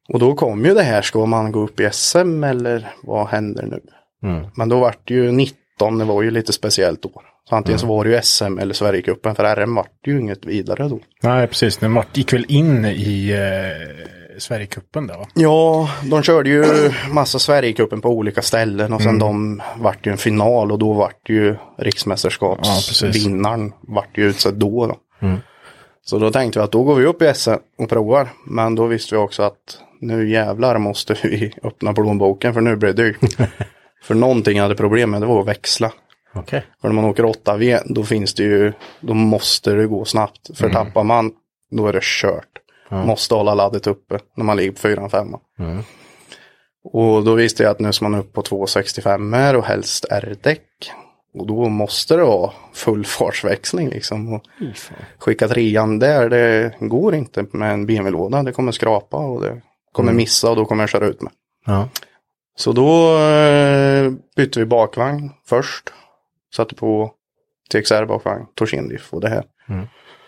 Och då kom ju det här, ska man gå upp i S M eller vad händer nu? Mm. Men då var det ju nitton, det var ju lite speciellt år. Så antingen mm. så var det ju S M eller Sverigecupen, för R M var det ju inget vidare då. Nej, precis. Den var, gick väl in i eh, Sverigecupen då, va? Ja, de körde ju massa Sverigecupen på olika ställen och sen mm. de vart ju en final och då vart ju riksmästerskapsvinnaren ja, vart ju utsedd då då. Mm. Så då tänkte vi att då går vi upp i S M och provar. Men då visste vi också att nu jävlar måste vi öppna plånboken för nu blir det dyrt. För någonting hade problem med det var att växla. Okay. För när man åker åtta V då finns det ju, då måste det gå snabbt. För mm. tappar man, då är det kört. Mm. Måste hålla laddet uppe när man ligger på fyra fem. Mm. Och då visste jag att nu ska man upp på två sextiofem och helst R-däck. Och då måste det vara full fartsväxling liksom. Och mm. skicka trean där, det går inte med en B M W-låda. Det kommer skrapa och det kommer mm. missa och då kommer jag köra ut med. Ja. Så då eh, bytte vi bakvagn först. Satte på T X R-bakvagn, Torsindiff och det här. Mm.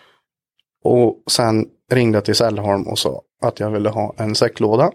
Och sen ringde jag till Sällholm och sa att jag ville ha en säcklåda.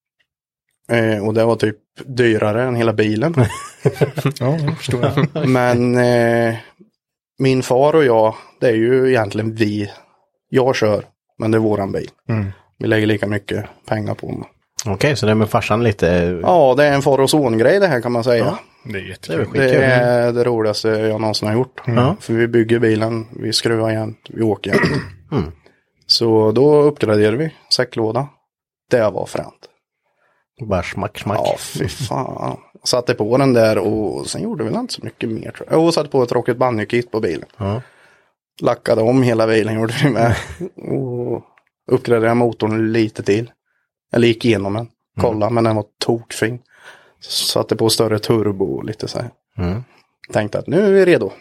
Eh, och det var typ dyrare än hela bilen. Ja, jag förstår jag. Men eh, min far och jag, det är ju egentligen vi. Jag kör, men det är våran bil. Mm. Vi lägger lika mycket pengar på den. Okej, okay, så det är med farsan lite... Ja, det är en far och son-grej det här kan man säga. Ja, det är jättekul. Det är det roligaste jag någonsin har gjort. Mm. För vi bygger bilen, vi skruvar igen, vi åker igen. Mm. Så då uppgraderade vi säcklåda. Det var fränt. Bara smack, smack. Ja, fy fan. Satte på den där och sen gjorde vi inte så mycket mer, tror jag. Och satte på ett Rocket Bunny-kit på bilen. Mm. Lackade om hela bilen gjorde vi med. Och uppgraderade motorn lite till. Eller gick igenom den. Kolla, mm. men den var tokfin. Satte på större turbo och lite så här. Mm. Tänkte att nu är vi redo.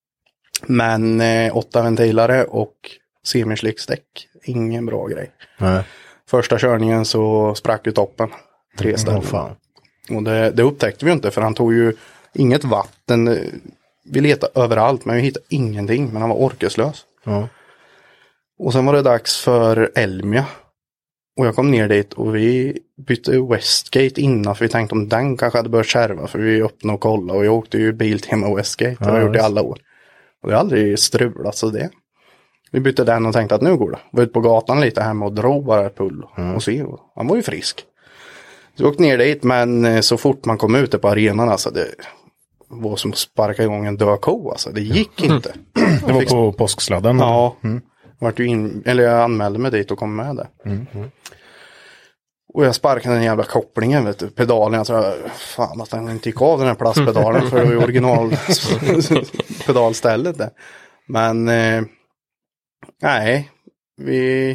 Men eh, åtta ventilare och semislicksdäck. Ingen bra grej. Mm. Första körningen så sprack ju toppen. Tre ställen. Mm, och det, det upptäckte vi inte för han tog ju inget vatten. Vi letade överallt men vi hittade ingenting. Men han var orkeslös. Mm. Och sen var det dags för Elmia. Och jag kom ner dit och vi bytte Westgate innan för vi tänkte om den kanske hade börjat kärva för vi öppnade och kollade och jag åkte ju Biltema Westgate. Det har jag gjort i alla år. Och det har aldrig strulat så det. Vi bytte den och tänkte att nu går det. Vi var ute på gatan lite hemma och drog bara ett pull mm. och se. Han var ju frisk. Så vi åkte ner dit men så fort man kom ut på arenan alltså det var som att sparka igång en död ko alltså. Det gick inte. Det var på påsksladden. Ja. Mm. Vart ju in, eller jag anmälde mig dit och kom med där. Mm. Mm. Och jag sparkade den jävla kopplingen, vet du. Pedalen, jag tror, fan att den inte gick av den här plastpedalen för det var ju original pedalstället där. Men, eh, nej, vi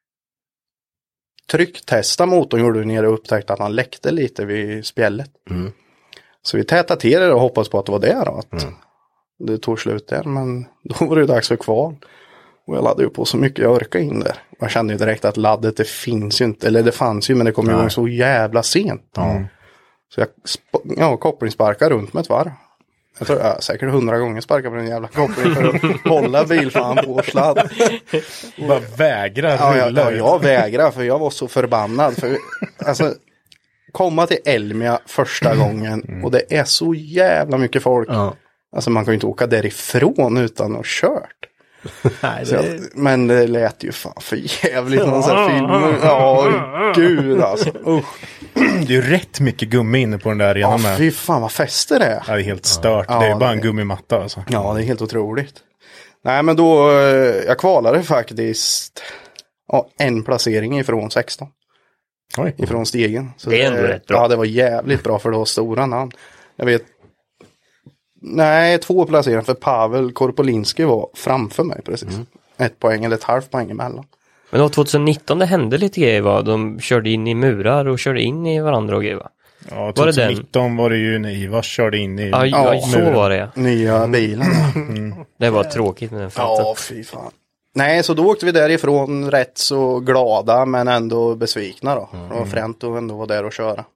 trycktestade motorn gjorde vi ner och upptäckte att han läckte lite vid spjället. Mm. Så vi tätade till det och hoppades på att det var det då. Att mm. det tog slut där, men då var det dags för kval. Och jag laddade ju på så mycket jag orkade in där. Jag kände ju direkt att laddet det finns ju inte. Eller det fanns ju men det kom igång så jävla sent. Mm. Så jag sp- ja, kopplingsparkade runt med ett varv. Jag tror jag säkert hundra gånger sparkade på den jävla kopplingen för att hålla bilfan på sladd. Bara vägra ja, jag, ja, jag vägrar för jag var så förbannad. För, alltså, komma till Elmia första gången mm. och det är så jävla mycket folk. Mm. Alltså man kan ju inte åka därifrån utan att ha kört. Nej, det... jag, men det lät ju fan för jävligt någon sån här film. Ja, gud alltså. Usch. Det är ju rätt mycket gummi inne på den där arenan. Ja, fy fan vad fäster det är. Ja, det är helt stört. Ja, det är ju bara en gummimatta alltså. Ja, det är helt otroligt. Nej, men då, jag kvalade faktiskt ja, en placering ifrån sexton. Oj. Ifrån stegen. Så det är ändå rätt bra. Ja, det var jävligt bra för det var stora namn. Jag vet Nej, två placeringar för Pavel Korpolinski var framför mig precis. Mm. Ett poäng eller ett halvt poäng emellan. Men då tjugonitton det hände lite grejer va? De körde in i murar och körde in i varandra och grejer va? Ja, tjugonitton var, var det ju när Ivar körde in i ja, ja, så murar. Var det ja. Nya bilen. Mm. Det var tråkigt med den fronten. Ja, fy fan. Nej, så då åkte vi därifrån rätt så glada men ändå besvikna då. Mm. Det var fränt att ändå vara där och köra.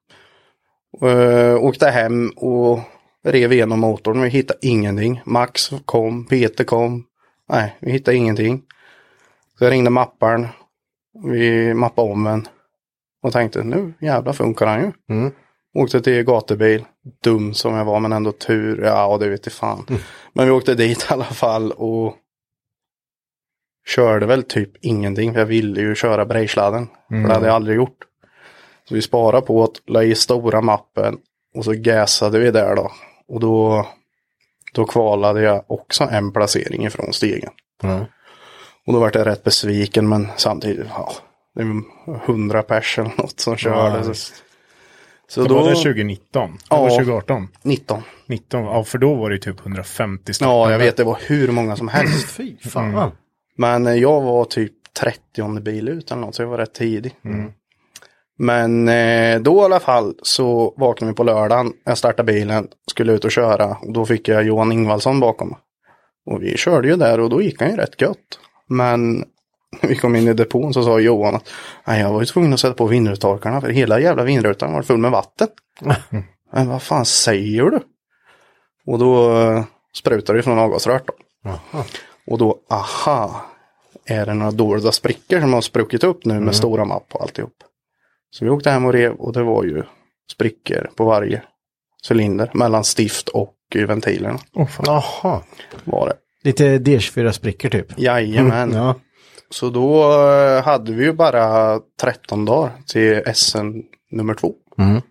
Uh, åkte hem och rev igenom motorn. Vi hittade ingenting. Max kom, Peter kom. Nej, vi hittade ingenting. Så jag ringde mapparen. Vi mappade om en. Och tänkte, nu jävla funkar han ju. Mm. Åkte till gatubil. Dum som jag var, men ändå tur. Ja, det vet jag fan. Mm. Men vi åkte dit i alla fall och körde väl typ ingenting. För jag ville ju köra brejsladden. Mm. För det hade jag aldrig gjort. Så vi sparade på att la i stora mappen. Och så gasade vi där då. Och då, då kvalade jag också en placering ifrån stegen. Mm. Och då var jag rätt besviken, men samtidigt, ja, det är hundra pers eller något som körde. Ja, så så det då, var det tjugonitton? Det ja, var tjugoarton? nitton. nitton, ja, för då var det typ hundrafemtio stycken. Ja, jag vet, det var hur många som helst. Fy fan. Mm. Men jag var typ trettionde bil ut eller något, så jag var rätt tidig. Mm. Men eh, då i alla fall så vaknade vi på lördagen. Jag startade bilen, skulle ut och köra. Och då fick jag Johan Ingvaldsson bakom. Och vi körde ju där och då gick han ju rätt gött. Men vi kom in i depån så sa Johan att nej, jag var ju tvungen att sätta på vindrutorkarna för hela jävla vindrutan var full med vatten. Mm. Men vad fan säger du? Och då uh, sprutade det från avgasrört då. Aha. Och då, aha, är det några dolda sprickor som har spruckit upp nu med Mm. stora mapp och alltihop. Så vi åkte hem och rev och det var ju sprickor på varje cylinder mellan stift och ventilerna. Oh, fan. Aha. Var det. Lite D fyra sprickor typ. Jajamän. Mm, ja. Så då hade vi ju bara tretton dagar till S N nummer två. Mm.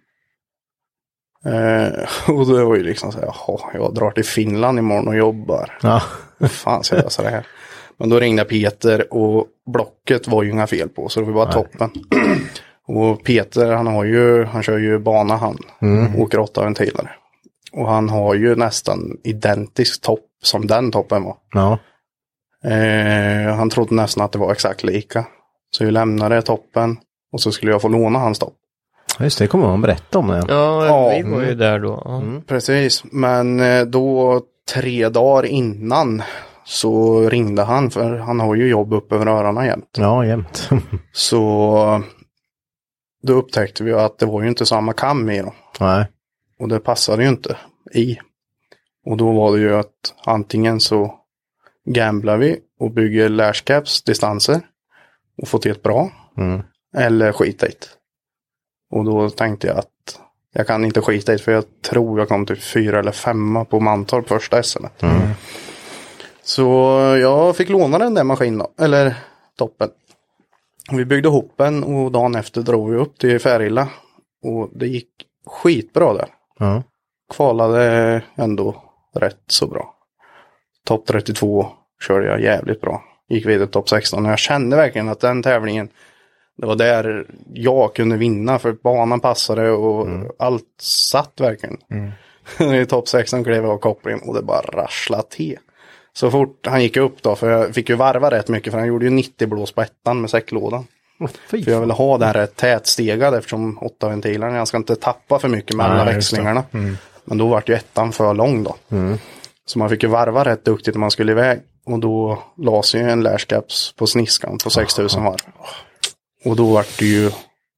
Eh, och det var ju liksom så här, jaha, jag drar till Finland imorgon och jobbar. Ja. Vad fan ska jag lösa det här? Men då ringde Peter och blocket var ju inga fel på, så det var bara Nej. toppen. Och Peter, han har ju, han kör ju bana han. Mm. Åker åtta ventiler. Och han har ju nästan identisk topp som den toppen var. Ja. Eh, han trodde nästan att det var exakt lika. Så vi lämnade toppen och så skulle jag få låna hans topp. Just det, kommer man berätta om det. Ja, Ja. vi var ju där då. Ja. Mm. Precis, men eh, då tre dagar innan så ringde han, för han har ju jobb upp över öronen jämt. Ja, jämt. Så då upptäckte vi att det var ju inte samma kam i då. Nej. Och det passade ju inte i. Och då var det ju att antingen så gamblar vi och bygger lashcaps distanser och får till ett bra. Mm. Eller skita i det. Och då tänkte jag att jag kan inte skita i det, för jag tror jag kom till fyra eller femma på Mantorp första S N. Mm. Så jag fick låna den där maskinen då, eller toppen. Vi byggde ihop den och dagen efter drog vi upp till Färila. Och det gick skitbra där. Ja. Kvalade ändå rätt så bra. Topp trettiotvå körde jag jävligt bra. Gick vidare till topp sexton och jag kände verkligen att den tävlingen, det var där jag kunde vinna, för banan passade och mm. allt satt verkligen. Mm. I topp sexton klev jag av kopplingen och det bara rasslade till. Så fort han gick upp då, för jag fick ju varva rätt mycket, för han gjorde ju nittio blås på ettan med säcklådan. Oh, för jag ville ha den rätt tätstegad eftersom åtta ventilerna, jag ska inte tappa för mycket mellan Nej, växlingarna. Mm. Men då var ju ettan för lång då. Mm. Så man fick ju varva rätt duktigt när man skulle iväg. Och då lades ju en lashcaps på sniskan på sex tusen var. Och då var det ju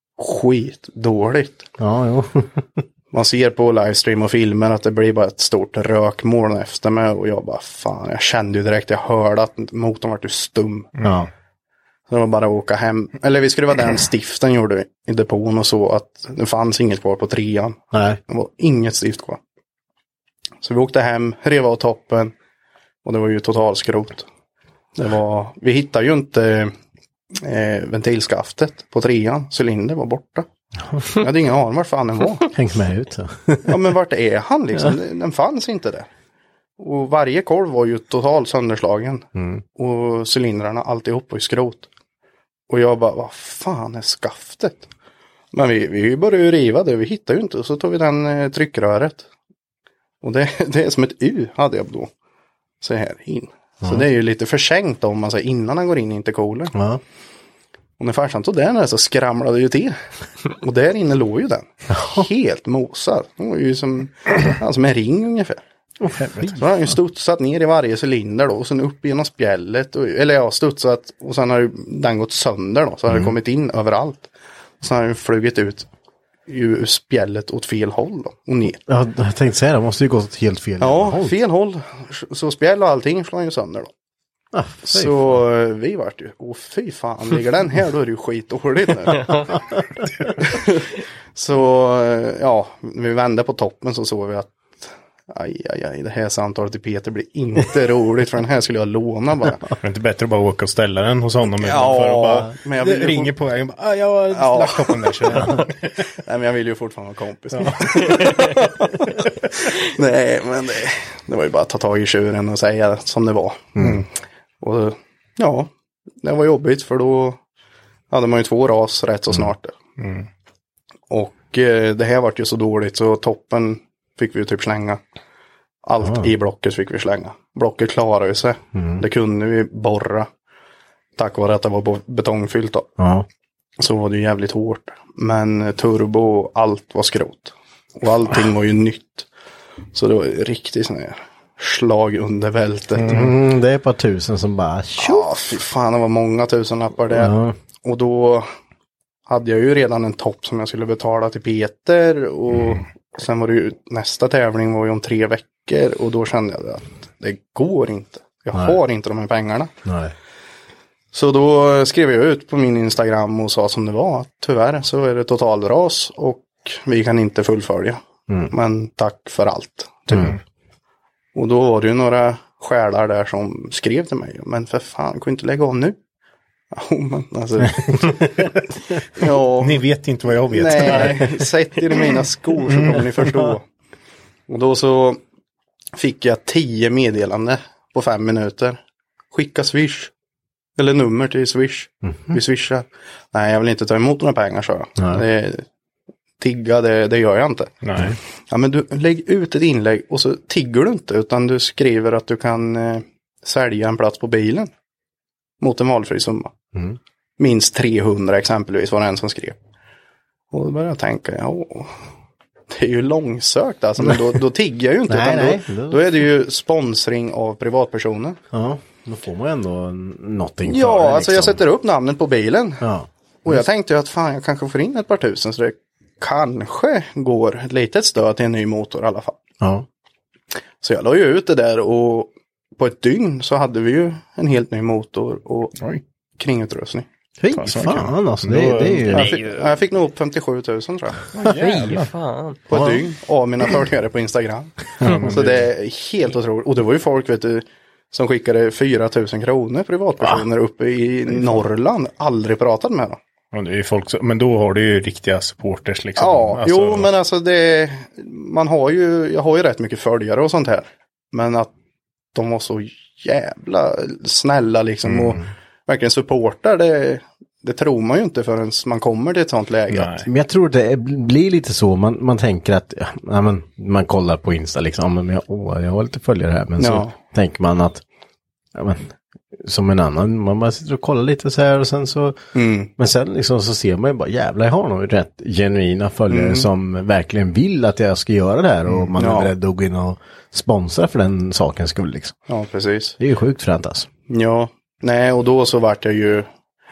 skitdåligt. Ja, jo. Man ser på livestream och filmer att det blir bara ett stort rökmoln efter mig. Och jag bara, fan, jag kände ju direkt, jag hörde att motorn var ju stum. Ja. Så det var bara att åka hem. Eller vi skulle vara den stiften gjorde vi i depån och så, att det fanns inget kvar på trean. Nej. Det var inget stift kvar. Så vi åkte hem, rev av toppen. Och det var ju totalskrot. Det var, vi hittade ju inte eh, ventilskaftet på trean. Cylinder var borta. Jag hade ingen aning var fan den var. Häng med ut så. Ja, men vart är han liksom? Den, den fanns inte där. Och varje kolv var ju totalt sönderslagen. Mm. Och cylindrarna alltihop var ju skrot. Och jag bara, vad fan är skaftet? Men vi, vi började ju riva det, vi hittade ju inte. Och så tog vi den eh, tryckröret. Och det, det är som ett U hade jag då. Så här in. Så Mm. det är ju lite försänkt om man säger innan han går in i intercooler. Ja. Och när farsan tog den där så skramlade det ju till. Och där inne låg ju den. Helt mosad. Den var ju som, ja, som en ring ungefär. Oh, så har han ju studsat ner i varje cylinder då. Och sen upp genom spjället. Och, eller ja, studsat. Och sen har ju den gått sönder då. Så har Mm. det kommit in överallt. Och sen har den flugit ut ur spjället åt fel håll då. Och ner. Ja, jag tänkte säga det, måste ju gå åt helt fel Ja, håll. fel håll. Så spjäll och allting slår ju sönder då. Ah, så fan. Vi vart ju, åh fy fan, ligger den här då är det ju skitdåligt nu. Så ja, vi vände på toppen så såg vi att aj, aj, aj, det här samtalet till Peter blir inte roligt för den här skulle jag låna bara. Det är inte bättre att bara åka och ställa den hos honom ja, för och bara, men jag vill ringer på vägen. Ah, jag har ja. lagt toppen där. Så nej, men jag vill ju fortfarande vara kompis. Ja. Nej, men det, det var ju bara att ta tag i tjuren och säga som det var. Mm. Och ja, det var jobbigt för då hade man ju två ras rätt så snart. Mm. Och eh, det här var ju så dåligt så toppen fick vi ju typ slänga. Allt ah. i blocket fick vi slänga. Blocket klarade ju sig. Mm. Det kunde vi borra. Tack vare att det var betongfyllt då. Ah. Så var det ju jävligt hårt. Men turbo, allt var skrot. Och allting var ju nytt. Så det var ju riktigt sån här slag under vältet. Mm, det är ett par tusen som bara tjoff. Ja, fy fan, det var många tusen lappar där. Ja. Och då hade jag ju redan en topp som jag skulle betala till Peter. Och mm. sen var det ju, nästa tävling var ju om tre veckor. Och då kände jag att det går inte. Jag Nej. har inte de här pengarna. Nej. Så då skrev jag ut på min Instagram och sa som det var. Att tyvärr så är det totalras och vi kan inte fullfölja. Mm. Men tack för allt. Typ. Mm. Och då var det ju några själar där som skrev till mig. Men för fan, kan inte lägga av nu? Ja, men alltså. Ja. Ni vet inte vad jag vet. Nej, sätt er i mina skor så kommer ni förstå. Och då så fick jag tio meddelande på fem minuter. Skicka Swish. Eller nummer till Swish. Mm-hmm. Vi swishar. Nej, jag vill inte ta emot några pengar, så jag. Det, tigga, det, det gör jag inte. Nej. Ja, men du lägg ut ett inlägg och så tigger du inte. Utan du skriver att du kan eh, sälja en plats på bilen. Mot en valfri summa. Mm. Minst trehundra exempelvis var det en som skrev. Och då började jag tänka, ja, det är ju långsökt alltså. Men då, då tigger jag ju inte. nej, utan nej, då, då... då är det ju sponsring av privatpersoner. Ja. Då får man ändå någonting ja, för det, alltså liksom. jag sätter upp namnet på bilen. Ja. Och jag tänkte ju att fan, jag kanske får in ett par tusen. Så det kanske går ett litet stöd till en ny motor i alla fall. Ja. Så jag la ju ut det där. Och på ett dygn så hade vi ju en helt ny motor och Oj. kringutrustning. Fy fan alltså. Det, det är ju... Jag fick, jag fick nog upp femtiosju tusen tror jag. Fy fan. På ett dygn. Av mina följare på Instagram. Mm. Så det är helt otroligt. Och det var ju folk, vet du, som skickade fyra tusen kronor privatpersoner ah. uppe i Norrland. Aldrig pratat med dem. Ja, det är folk som, men då har du ju riktiga supporters liksom. Ja, alltså... jo men alltså det, man har ju, jag har ju rätt mycket följare och sånt här. Men att de var så jävla snälla liksom mm. och verkligen supportar, det, det tror man ju inte förrän man kommer till ett sånt läge. Nej. Men jag tror det blir lite så, man, man tänker att, ja, men, man kollar på Insta liksom, men jag, åh, jag har lite följare här, men ja. Så tänker man att, ja, men, som en annan, man bara sitter och kollar lite så här och sen så, mm. men sen liksom så ser man ju bara, jävlar, jag har nog rätt genuina följare mm. som verkligen vill att jag ska göra det här och man ja. är beredd att gå in och sponsra för den saken skull liksom. Ja, precis. Det är ju sjukt fränt alltså. Ja, nej och då så vart jag ju,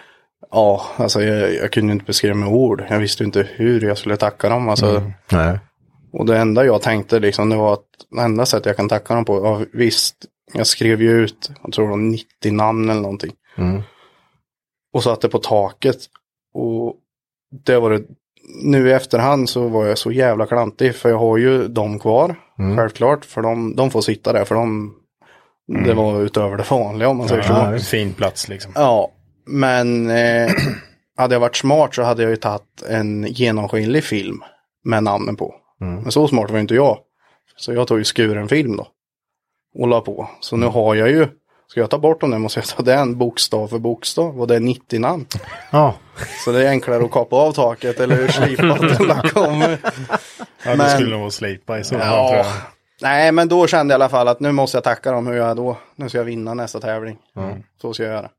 ja, alltså jag, jag kunde inte beskriva med ord. Jag visste inte hur jag skulle tacka dem, alltså. Mm. Nej. Och det enda jag tänkte liksom, det var att det enda sättet jag kan tacka dem på, ja visst, jag skrev ju ut, jag tror det var nittio namn eller någonting. Mm. Och satte på taket. Och det var det, nu i efterhand så var jag så jävla klantig, för jag har ju dem kvar, mm. självklart, för de, de får sitta där, för de, mm. det var utöver det vanliga om man säger ja, så. En fin plats liksom. Ja, men eh, hade jag varit smart så hade jag ju tagit en genomskinlig film med namnen på. Mm. Men så smart var inte jag. Så jag tog ju skuren film då. Och la på. Så nu har jag ju, ska jag ta bort dem nu måste jag ta den bokstav för bokstav. Och det är nittio namn. Ja. Så det är enklare att kapa av taket eller slipa den lacka om. Ja, det skulle nog vara slipa i så fall, ja, tror jag. Nej, men då kände jag i alla fall att nu måste jag tacka dem. Hur jag är då? Nu ska jag vinna nästa tävling. Mm. Så ska jag göra.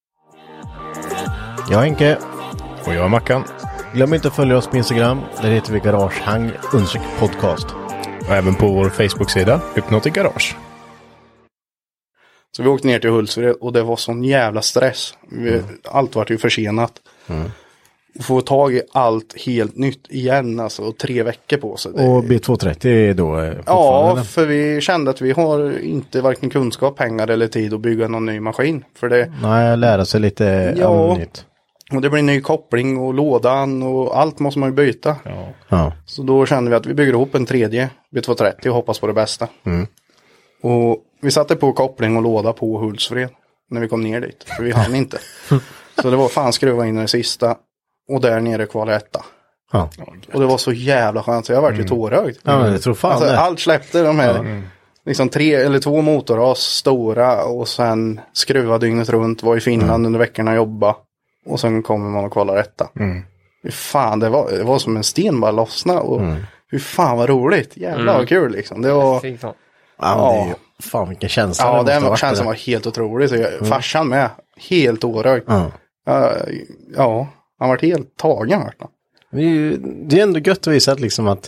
Jag är Henke. Och jag är Mackan. Glöm inte att följa oss på Instagram. Där heter vi Garagehang understreck podcast. Och även på vår Facebook-sida Hypnotic Garage. Så vi åkte ner till Hultsfred och det var sån jävla stress. Vi, mm. Allt var ju försenat. Mm. få tag i allt helt nytt igen, alltså tre veckor på sig. Det... Och B tvåhundratrettio är då Ja, för vi kände att vi har inte varken kunskap, pengar eller tid att bygga någon ny maskin. För det... Nej, lära sig lite ja, nytt. Och det blir ny koppling och lådan och allt måste man ju byta. Ja. Ja. Så då kände vi att vi bygger ihop en tredje B tvåhundratrettio och hoppas på det bästa. Mm. Och vi satte på koppling och låda på Hultsfred när vi kom ner dit. För vi hann inte. Så det var fan skruva in den sista. Och där nere kvar etta. Ja. Och det var så jävla skönt så jag var ju tårögd. Ja, men jag tror fan alltså, det. allt släppte de här. Mm. Liksom tre eller två motorras stora. Och sen skruva dygnet runt. Var i Finland mm. under veckorna jobba. Och sen kommer man och kvalar etta. Mm. Hur fan, det var, det var som en sten bara lossna. Och mm. hur fan var roligt. Jävlar mm. vad kul liksom. Det var... Ja, ja. Det är ju, fan vilken känsla. Ja, den var, känslan var helt otrolig. Så jag, mm. farsan med. Helt årögd. Mm. Ja, ja, han var helt tagen. Det är, ju, det är ändå gött att visa att liksom att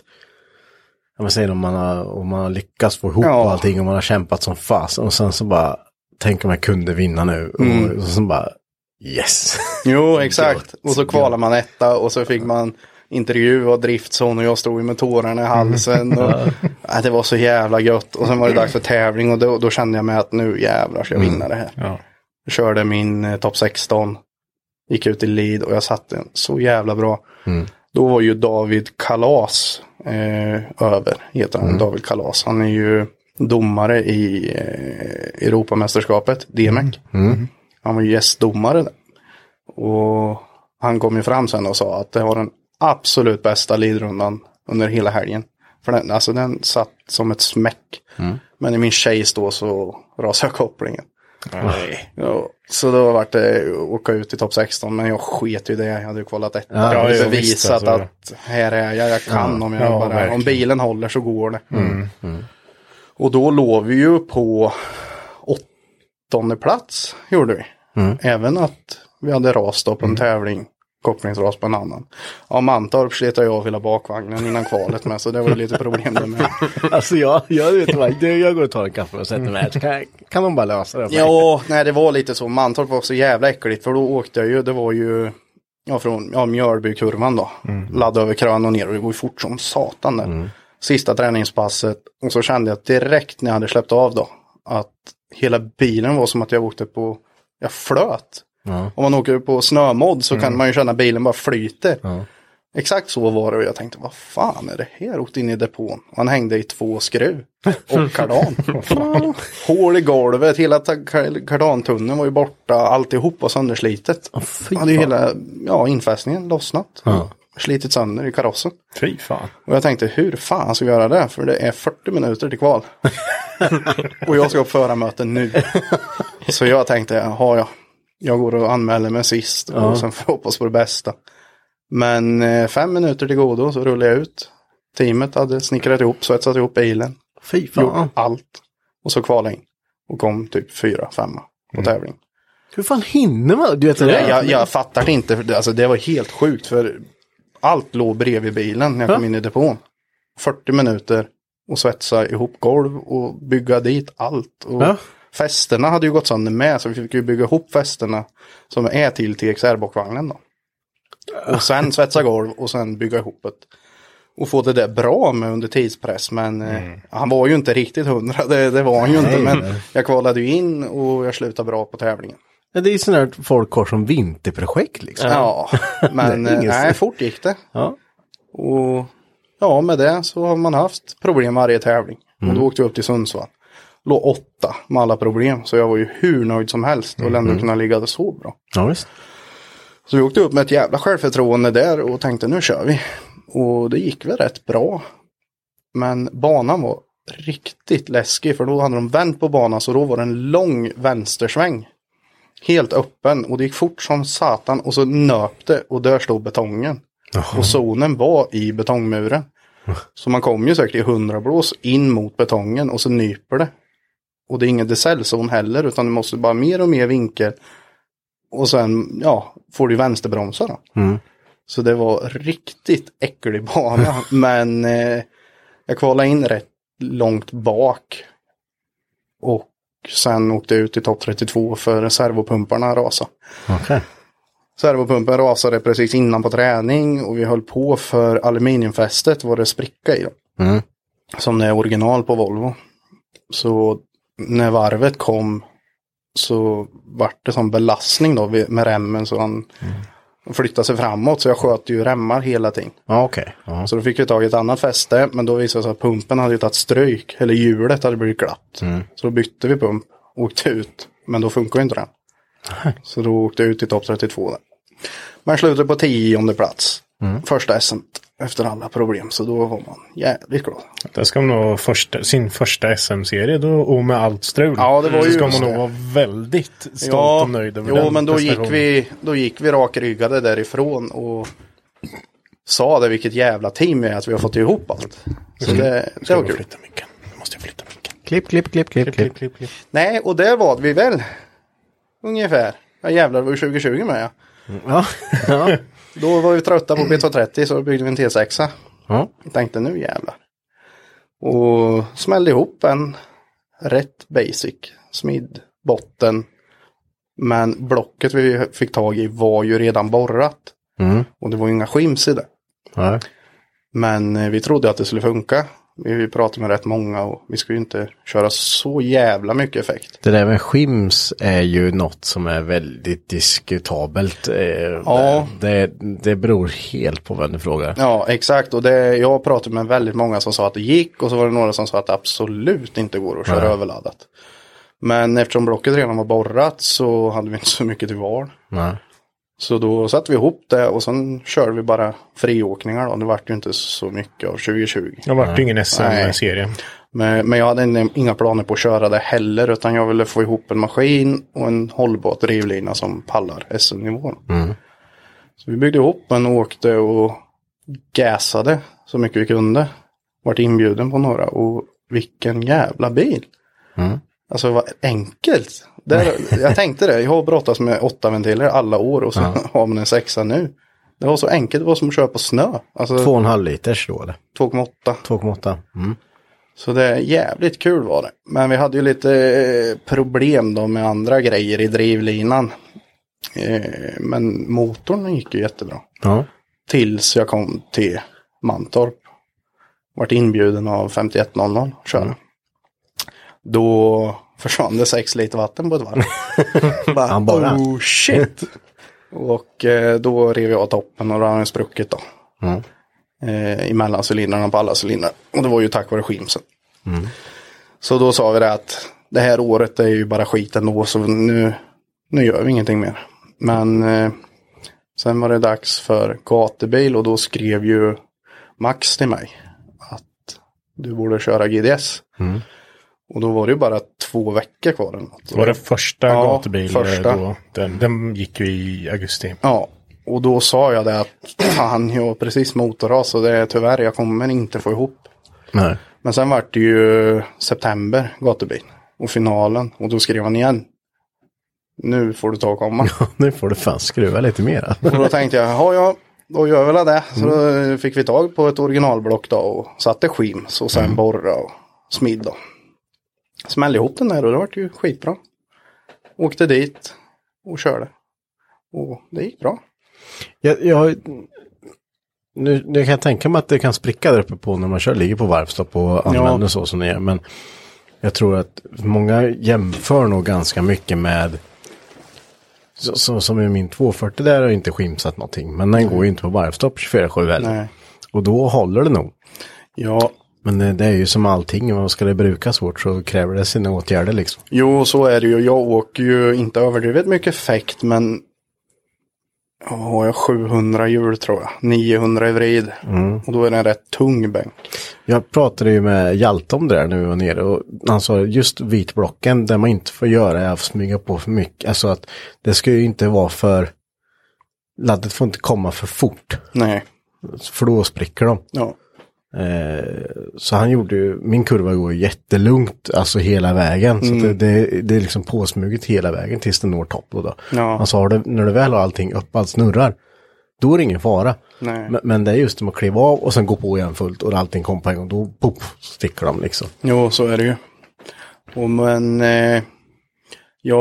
jag säger om man har, om man har lyckats få ihop ja. allting och man har kämpat som fast och sen så bara tänker man kunde vinna nu mm. och, och så bara yes. Jo, exakt. Och så kvalar man etta och så fick man intervju av driftson och jag stod med tårarna i halsen. Och, ja, det var så jävla gött. Och sen var det dags för tävling och då, då kände jag mig att nu jävlar ska jag vinna det här. Ja. Jag körde min eh, topp sexton. Gick ut i lead och jag satte den så jävla bra. Mm. Då var ju David Kalas eh, över, heter han. Mm. David Kalas. Han är ju domare i eh, Europamästerskapet, D M E C. Mm. Han var ju gästdomare där. Och han kom ju fram sen och sa att det var den absolut bästa leadrundan under hela helgen. För den, alltså den satt som ett smäck. Mm. Men i min tjejs då så rasade kopplingen. Nej. Ja, så då var det åka ut i topp sexton, men jag sket ju det. Jag hade ju kvalat ett. Ja, jag hade visat alltså. Att här är jag, jag kan ja, om jag ja, bara, om bilen håller så går det. Mm. Mm. Och då låg vi ju på åttonde plats, gjorde vi. Mm. Även att vi hade ras då på en mm. tävling, kopplingsras på en annan. Ja, Mantorp sletade jag av hela bakvagnen innan kvalet med, så det var lite problem där med. Alltså jag, jag vet vad, jag går och tar en kaffe och sätter mig här. Kan, kan de bara lösa det? Ja, nej det var lite så. Mantorp var så jävla äckligt, för då åkte jag ju, det var ju ja, från ja, Mjölbykurvan då. Mm. Laddade över krön och ner och det går ju fort som satan där. Mm. Sista träningspasset och så kände jag direkt när jag hade släppt av då att hela bilen var som att jag åkte på, jag flöt. Ja. Om man åker på snömodd så mm. kan man ju känna bilen bara flyter. Ja. Exakt så var det och jag tänkte, vad fan är det här? Åkte in i depån. Och han hängde i två skruv och kardan. Hål i golvet, hela kardantunneln var ju borta, alltihop var sönderslitet. Oh, hade ju hela ja, infästningen lossnat. Ja. Slitit sönder i karossen. Fy fan. Och jag tänkte, hur fan ska vi göra det? För det är fyrtio minuter till kval. Och jag ska upp förarmöten nu. Så jag tänkte, jaha ja. Jag går och anmäler mig sist och ja. sen får jag hoppas på det bästa. Men eh, fem minuter till godo så rullade jag ut. Teamet hade snickrat ihop, svetsat ihop bilen. Fy fan. Gjort allt. Och så kvalade in. Och kom typ fyra, femma på mm. tävling. Hur fan hinner man? Du vet det jag, jag, jag fattar inte. Alltså, det var helt sjukt för allt låg bredvid bilen när jag ja. kom in i depån. fyrtio minuter och svetsa ihop golv och bygga dit allt. Och ja. Fästerna hade ju gått sönder med, så vi fick ju bygga ihop fästerna som är till T X R-bakvagnen då. Och sen svetsa golv och sen bygga ihop det. Och få det där bra med under tidspress, men mm. eh, han var ju inte riktigt hundra, det, det var han ju nej, inte, men nej. Jag kvalade ju in och jag slutade bra på tävlingen. Ja, det är ju sådana här folk har som vinterprojekt liksom. Ja, men nej, fort gick det. Ja. Och ja, med det så har man haft problem varje tävling. Mm. Och då åkte jag upp till Sundsvall. Låg åtta med alla problem. Så jag var ju hur nöjd som helst. Och mm. ändå kunna ligga det så bra. Ja, visst. Så vi åkte upp med ett jävla självförtroende där. Och tänkte nu kör vi. Och det gick väl rätt bra. Men banan var riktigt läskig. För då hade de vänt på banan. Så då var det en lång vänstersväng. Helt öppen. Och det gick fort som satan. Och så nöpte. Och där stod betongen. Aha. Och zonen var i betongmuren. Så man kom ju säkert i hundra blås in mot betongen. Och så nyper det. Och det är ingen decellzon heller, utan du måste bara mer och mer vinkel. Och sen, ja, får du vänsterbromsa då. Mm. Så det var riktigt äcklig bana. Men eh, jag kvalade in rätt långt bak. Och sen åkte jag ut i topp trettiotvå för servopumparna rasa. Okay. servopumpen rasade precis innan på träning och vi höll på för aluminiumfästet var det spricka i. Mm. Som det är original på Volvo. Så när varvet kom så vart det som belastning då med remmen så han mm. flyttade sig framåt så jag sköt ju remmar hela tiden. Ja, okej. Okay. Uh-huh. Så då fick vi tag i ett annat fäste men då visade det sig att pumpen hade ju tagit stryk eller hjulet hade blivit glatt. Mm. Så då bytte vi pump och åkte ut men då funkar ju inte den. Mm. Så då åkte jag ut i topp trettiotvå där. Man slutade på tionde plats. Mm. Första S M efter alla problem så då var man jävligt glad. Det ska man nog första, sin första S M-serie då och med allt strul. Ja, det var ju så ska man nog vara väldigt stolt ja, och nöjd över jo, den men då gick vi då gick vi rakryggade därifrån och sa det vilket jävla team är att vi har fått ihop allt. Så mm. det, det var kul. Flytta micken. Nu måste jag flytta micken. Klipp, klipp, klipp, klipp, klipp, klipp, klipp. Nej, och det var vi väl ungefär. Ja jävlar, det var ju tjugo tjugo med ja. Ja. Ja. Då var vi trötta på B tvåhundratrettio så byggde vi en T sex. Ja. Jag tänkte nu jävlar. Och smällde ihop en rätt basic smidbotten. Men blocket vi fick tag i var ju redan borrat. Mm. Och det var ju inga skims i det. Ja. Men vi trodde att det skulle funka. Vi pratade med rätt många och vi skulle inte köra så jävla mycket effekt. Det där med skims är ju något som är väldigt diskutabelt. Ja. Det, det beror helt på vem du frågar. Ja, exakt. Och det, jag pratade med väldigt många som sa att det gick och så var det några som sa att det absolut inte går att köra ja. överladdat. Men eftersom blocket redan var borrat så hade vi inte så mycket till val. Nej. Så då satte vi ihop det och sen körde vi bara friåkningar då. Det var ju inte så mycket av tjugo tjugo. Det var ju ingen S M-serie. Men, men jag hade inga planer på att köra det heller utan jag ville få ihop en maskin och en hållbar drivlina som pallar S M-nivån. Mm. Så vi byggde ihop en och åkte och gasade så mycket vi kunde. Vart inbjuden på några och vilken jävla bil. Mm. Alltså det var enkelt. Där, jag tänkte det, jag har brottats med åtta ventiler alla år och så ja. har man en sexa nu. Det var så enkelt, det var som att köra på snö. Alltså, två komma fem liters då eller? två komma åtta. två komma åtta. Mm. Så det är jävligt kul var det. Men vi hade ju lite problem då med andra grejer i drivlinan. Eh, men motorn gick ju jättebra. Ja. Tills jag kom till Mantorp. Vart inbjuden av femtioett noll noll att köra. Mm. Då försvann det sex liter vatten på ett varv. bara, bara. Oh shit. Och eh, då rev jag toppen och då har den spruckit då. Mm. Eh, emellan cylindrarna på alla cylindrar. Och det var ju tack vare skimsen. Mm. Så då sa vi det att det här året är ju bara skit ändå så nu, nu gör vi ingenting mer. Men eh, sen var det dags för gatubil och då skrev ju Max till mig att du borde köra G D S. Mm. Och då var det ju bara två veckor kvar. Eller något. Var det första ja, gatubil första. Då? Den, den gick ju i augusti. Ja, och då sa jag det att fan, jag har precis motorras och det är tyvärr, jag kommer inte få ihop. Nej. Men sen var det ju september gatubil och finalen och då skrev han igen. Nu får du ta och komma. Ja, nu får du fan skruva lite mer. Och då tänkte jag, ja, ja då gör väl det. Så då fick vi tag på ett originalblock då och satte skims och sen mm. borra och smid då. Smällde ihop den där och det var ju skitbra. Åkte dit och körde. Och det gick bra. Jag, jag, nu, nu kan jag tänka mig att det kan spricka där uppe på när man kör, ligger på varvstopp och använder ja. så som det är. Men jag tror att många jämför nog ganska mycket med så, så, som i min tvåhundrafyrtio där har inte skimsat någonting. Men den mm. går ju inte på varvstopp tjugofyra sju heller. Och då håller det nog. Ja. Men det, det är ju som allting, om ska det brukas hårt så kräver det sina åtgärder liksom. Jo, så är det ju. Jag åker ju inte överdrivet mycket effekt, men jag har jag sjuhundra hjul tror jag. niohundra i vrid. Mm. Och då är det en rätt tung bänk. Jag pratade ju med Hjalte om det där nu och nere. Och han sa just vitblocken där man inte får göra är att smyga på för mycket. Alltså att det ska ju inte vara för... Laddet får inte komma för fort. Nej. För då spricker de. Ja. Eh, så han gjorde ju, min kurva går jättelugnt alltså hela vägen. Mm. Så det, det, det är liksom påsmuget hela vägen tills den når topp. Då. Ja. Han sa, det, när du väl har allting upp, allt snurrar, då är det ingen fara. Nej. Men, men det är just att man kliver av och sen går på igen fullt och allting kommer på en gång, då poff, sticker de liksom. Jo, så är det ju. Och men, eh, ja,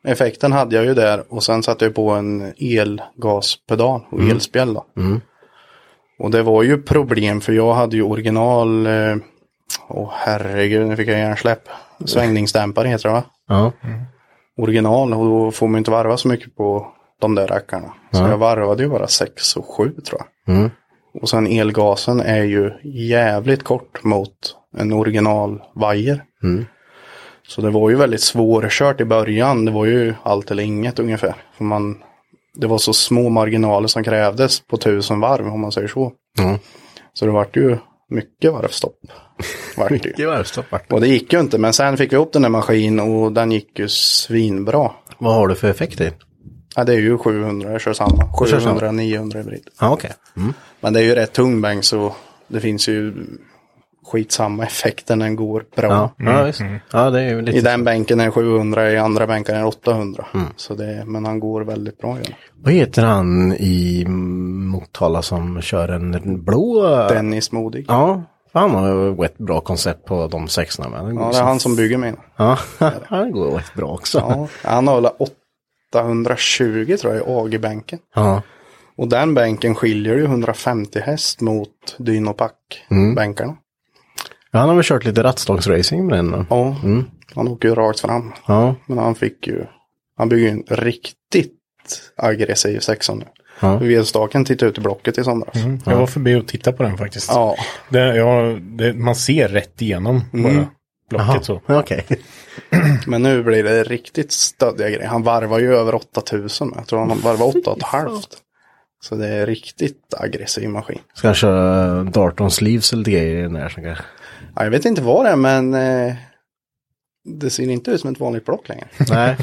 effekten hade jag ju där. Och sen satte jag på en elgaspedal och mm. elspjäll då. Mm. Och det var ju problem för jag hade ju original... Åh oh, herregud, nu fick jag hjärnsläpp. Svängningsdämpare heter det va? Ja. Mm. Original och då får man inte varva så mycket på de där rackarna. Så ja. jag varvade ju bara sex och sju tror jag. Mm. Och sen elgasen är ju jävligt kort mot en original vajer. Mm. Så det var ju väldigt svårkört i början. Det var ju allt eller inget ungefär. För man, det var så små marginaler som krävdes på tusen varv om man säger så. Mm. Så det var ju mycket varvstopp. mycket varvstopp. Och det gick ju inte. Men sen fick vi upp den där maskinen och den gick ju svinbra. Vad har du för effekt i? Ja, det är ju sjuhundra. Jag kör samma. sjuhundra niohundra hybrid. Ja, okej. Okay. Mm. Men det är ju rätt tung bänk så det finns ju skitsamma effekten den går bra. Ja, mm. ja, visst. Mm. Ja, det är ju lite I den bänken är sjuhundra, i andra bänken är åttahundra. Mm. Så det, men han går väldigt bra. Ja. Vad heter han i Motala som kör en blå? Dennis Modig. Ja, han har ett bra koncept på de sexorna. Men ja, det är han som bygger mig. Ja, han går rätt bra också. Ja, han har väl åttahundratjugo tror jag i A G-bänken. Ja. Och den bänken skiljer ju hundrafemtio häst mot Dynopack-bänkarna. Mm. Ja, han har väl kört lite rattstångsracing med den. Ja, mm. han åker ju rakt fram. Ja. Men han fick ju, han bygger ju en riktigt aggressiv sexton nu. Ja. Vedstaken tittade ut i blocket i somras. Mm. Jag var förbi och tittade på den faktiskt. Ja. Det, ja, det, man ser rätt igenom mm. bara blocket. Aha. Så. Okej. Okay. Men nu blir det riktigt stöddiga grejer. Han varvar ju över åttatusen. Jag tror han varvar åtta och ett halvt. Så det är riktigt aggressiv maskin. Ska han köra Darton Sleeves eller grejer i den där? Som kan... ja, jag vet inte vad det är, men eh, det ser inte ut som ett vanligt block längre. Nej.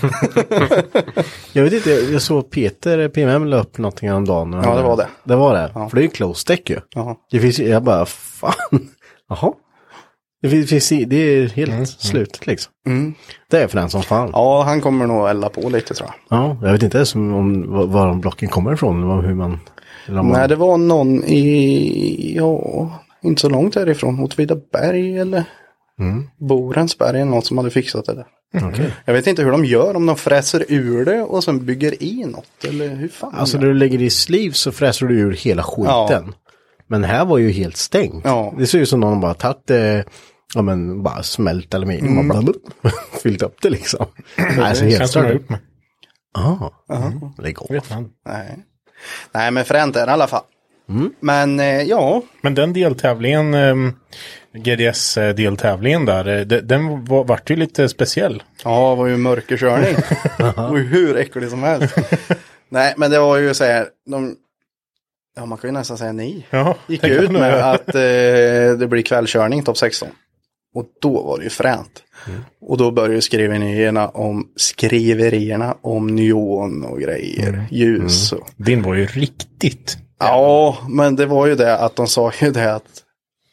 Jag vet inte, jag såg Peter P M M la upp någonting om dagen. Ja, det var det. Det var det, ja. För det är ju close deck ju. Jaha. Det finns, jag bara, fan. Jaha. Det, finns, det är helt mm. slutet liksom. Mm. Det är för den som fan. Ja, han kommer nog elda på lite tror jag. Ja, jag vet inte ens om, om var de blocken kommer ifrån. Hur man, man... Nej, det var någon i, ja, inte så långt härifrån. Åtvidaberg eller mm. Borensberg eller något som hade fixat det där. Mm. Okay. Jag vet inte hur de gör, om de fräser ur det och sen bygger i något. Eller hur fan? Alltså när du lägger det i sleeve så fräser du ur hela skiten. Ja. Men här var ju helt stängt. Ja. Det ser ju som någon bara tagit eh, ja men bara smält aluminium mm. och bara fyllt upp det liksom. Nej, så helt stört upp med. Ah, mm. det är gott. Nej. Nej, men fränt är det i alla fall. Mm. Men eh, ja. Men den deltävlingen, eh, G D S-deltävlingen där, de, den var, vart ju lite speciell. Ja, det var ju mörkerkörning. Det var ju hur äckligt som helst. Nej, men det var ju så här, de, ja man kan ju nästan säga nej. Ja, gick ut med att eh, det blir kvällkörning topp sexton. Och då var det ju fränt. Mm. Och då började ju skriverierna om skriverierna om neon och grejer, mm. ljus. Mm. Din var ju riktigt. Ja, men det var ju det att de sa ju det att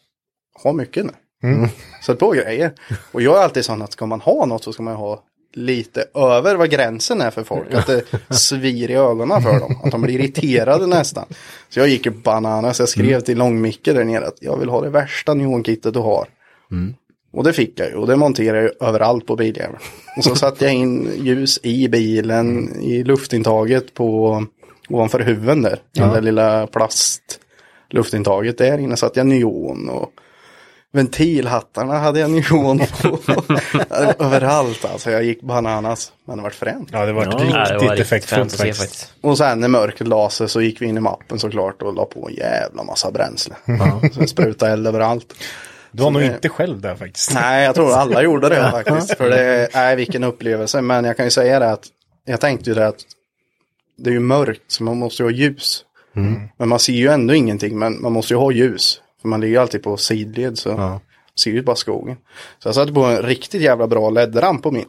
ha mycket nu. Mm. Sätt på grejer. Och jag är alltid sån att ska man ha något så ska man ha lite över vad gränsen är för folk. Att det svir i ögonen för dem. Att de blir irriterade nästan. Så jag gick ju bananas. Jag skrev till Långmicke där nere att jag vill ha det värsta neonkittet du har. Mm. Och det fick jag ju. Och det monterade jag ju överallt på biljäveln. Och så satte jag in ljus i bilen, i luftintaget på ovanför huven där. Ja. Den där lilla plastluftintaget där inne satt jag neon och ventilhattarna hade jag neon på. Överallt alltså. Jag gick bananas. Men det var fränt. Ja, det var ja, riktigt det var effektfullt faktiskt. faktiskt. Och sen när mörkret la sig så gick vi in i mappen såklart och la på en jävla massa bränsle. Mm. Så det sprutade eld överallt. Du var så nog det... inte själv där faktiskt. Nej, jag tror alla gjorde det faktiskt. För det är vilken upplevelse. Men jag kan ju säga det att jag tänkte ju det att det är ju mörkt så man måste ju ha ljus. Mm. Men man ser ju ändå ingenting, men man måste ju ha ljus. För man ligger ju alltid på sidled så ja. ser ju bara skogen. Så jag satte på en riktigt jävla bra L E D-ramp på min.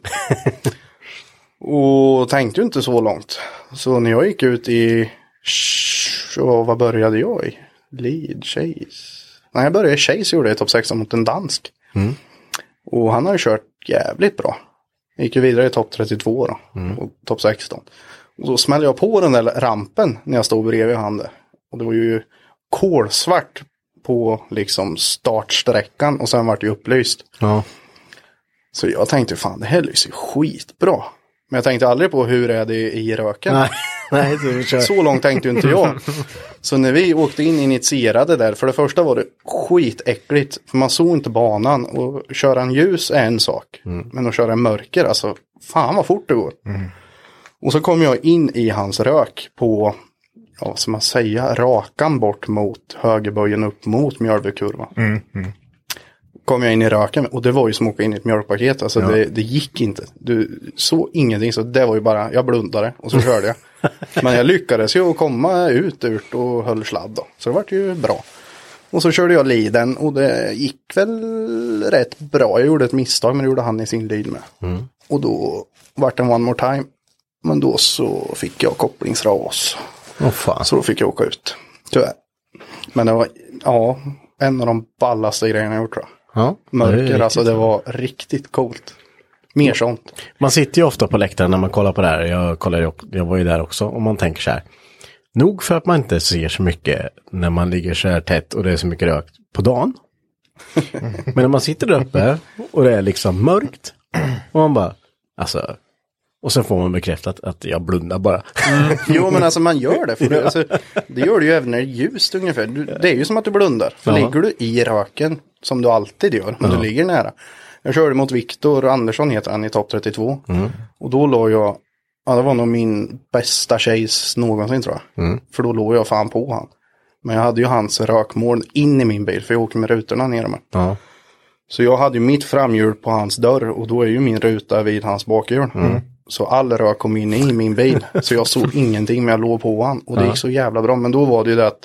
Och tänkte ju inte så långt. Så när jag gick ut i... Så vad började jag i? Lead, Chase. Nej, jag började i Chase gjorde jag topp sexton mot en dansk. Mm. Och han har ju kört jävligt bra. Jag gick ju vidare i topp trettiotvå då. Mm. Och topp sexton. Och så smällde jag på den där rampen när jag stod bredvid han där. Och det var ju kolsvart på liksom startsträckan. Och sen var det ju upplyst. Ja. Så jag tänkte fan det här lyser skitbra. Men jag tänkte aldrig på hur är det i röken. Nej, nej så, vi kör. Så långt tänkte ju inte jag. Så när vi åkte in initierade där, för det första var det skitäckligt. För man såg inte banan, och köra en ljus är en sak. Mm. Men att köra en mörker, alltså fan vad fort det går. Mm. Och så kom jag in i hans rök på, ja som man säger, rakan bort mot högerböjen upp mot Mjölbykurvan. Mm. Mm. Kom jag in i röken, och det var ju som att åka in i ett mjölkpaket. Alltså ja. det, det gick inte. Du såg ingenting, så det var ju bara, jag blundade och så körde jag. Men jag lyckades ju komma ut ut och höll sladd då. Så det var ju bra. Och så körde jag liden, och det gick väl rätt bra. Jag gjorde ett misstag, men det gjorde han i sin lead med. Mm. Och då var det en one more time. Men då så fick jag kopplingsras. Oh, fan. Så då fick jag åka ut. Tyvärr. Men det var, ja, en av de ballaste grejerna jag gjort, tror jag. Ja, mörker, det alltså det var riktigt coolt. Mer sånt. Man sitter ju ofta på läktaren när man kollar på det här. Jag, kollar, jag var ju där också, och man tänker så här. Nog för att man inte ser så mycket när man ligger så här tätt och det är så mycket rök på dagen. Men när man sitter där uppe och det är liksom mörkt, och man bara, alltså, och sen får man bekräftat att jag blundar bara. Mm. Jo, men alltså man gör det. För det, alltså, det gör du ju även när det är ljust ungefär. Du, det är ju som att du blundar. För ja. Ligger du i röken, som du alltid gör, men ja. Du ligger nära. Jag körde mot Viktor Andersson, heter han, i topp trettiotvå. Mm. Och då låg jag, ja det var nog min bästa chase någonsin, tror jag. Mm. För då låg jag fan på han. Men jag hade ju hans rökmål in i min bil, för jag åker med rutorna ner med. Ja. Så jag hade ju mitt framhjul på hans dörr, och då är ju min ruta vid hans bakhjul. Mm. Så all rök kom in i min bil. Så jag såg ingenting, men jag låg på han. Och det gick så jävla bra. Men då var det ju det att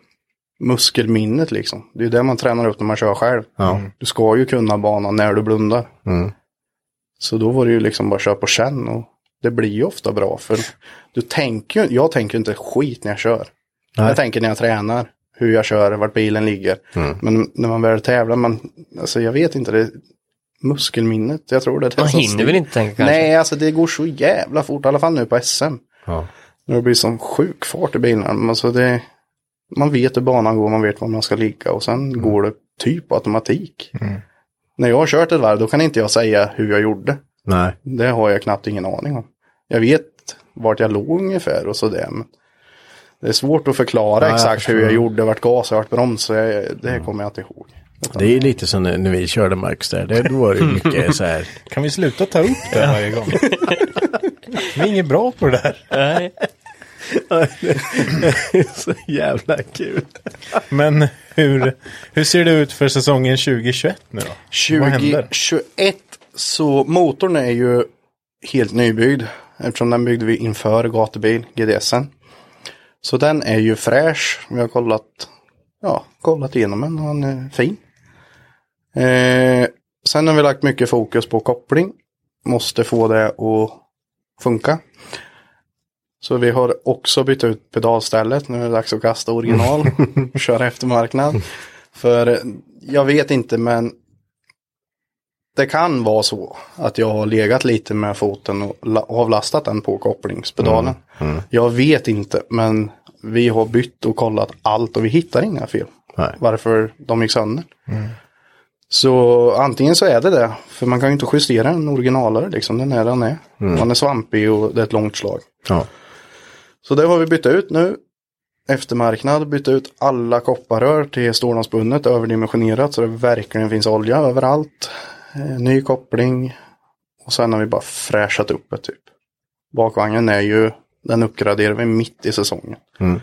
muskelminnet liksom. Det är ju det man tränar upp när man kör själv. Ja. Du ska ju kunna banan när du blundar. Mm. Så då var det ju liksom bara köra på känn. Och det blir ju ofta bra. För du tänker ju, jag tänker ju inte skit när jag kör. Nej. Jag tänker när jag tränar. Hur jag kör, vart bilen ligger. Mm. Men när man väl tävlar, man, alltså jag vet inte, det muskelminnet, jag tror det. det man hinner väl inte tänka kanske? Nej, alltså det går så jävla fort, i alla fall nu på S M. Ja. När det blir sån sjuk fart i bilen. Alltså det, man vet hur banan går, man vet var man ska ligga, och sen mm. går det typ automatik. Mm. När jag har kört ett varv, då kan inte jag säga hur jag gjorde. Nej. Det har jag knappt ingen aning om. Jag vet vart jag låg ungefär och sådär, men det är svårt att förklara ja, exakt jag hur jag gjorde, vart gas och vart broms, så jag, det mm. kommer jag inte ihåg. Det är ju lite som när vi körde Marcus där. Det var ju mycket så här. Kan vi sluta ta upp det varje gång? Vi är inget bra på det där. Nej. Så jävla kul. Men hur, hur ser det ut för säsongen tjugo tjugoett nu då? tjugo tjugoett, så motorn är ju helt nybyggd. Eftersom den byggde vi inför gatubil, G D S-en. Så den är ju fräsch. Vi har kollat, ja, kollat igenom den, och den är fin. Eh, sen har vi lagt mycket fokus på koppling. Måste få det att funka. Så vi har också bytt ut pedalstället. Nu är det dags att kasta original. Köra eftermarknad. För jag vet inte, men det kan vara så att jag har legat lite med foten och avlastat den på kopplingspedalen. Mm. Mm. Jag vet inte, men vi har bytt och kollat allt och vi hittar inga fel. Nej. Varför de gick sönder. Mm. Så antingen så är det det. För man kan ju inte justera en originalare liksom. Den är den är. Mm. Man är svampig och det är ett långt slag. Ja. Så det har vi bytt ut nu. Eftermarknad, bytt ut alla kopparrör till stålnomsbundet, överdimensionerat så det verkligen finns olja överallt. Eh, ny koppling. Och sen har vi bara fräschat upp det typ. Bakvagnen är ju, den uppgraderar vi mitt i säsongen. Mm.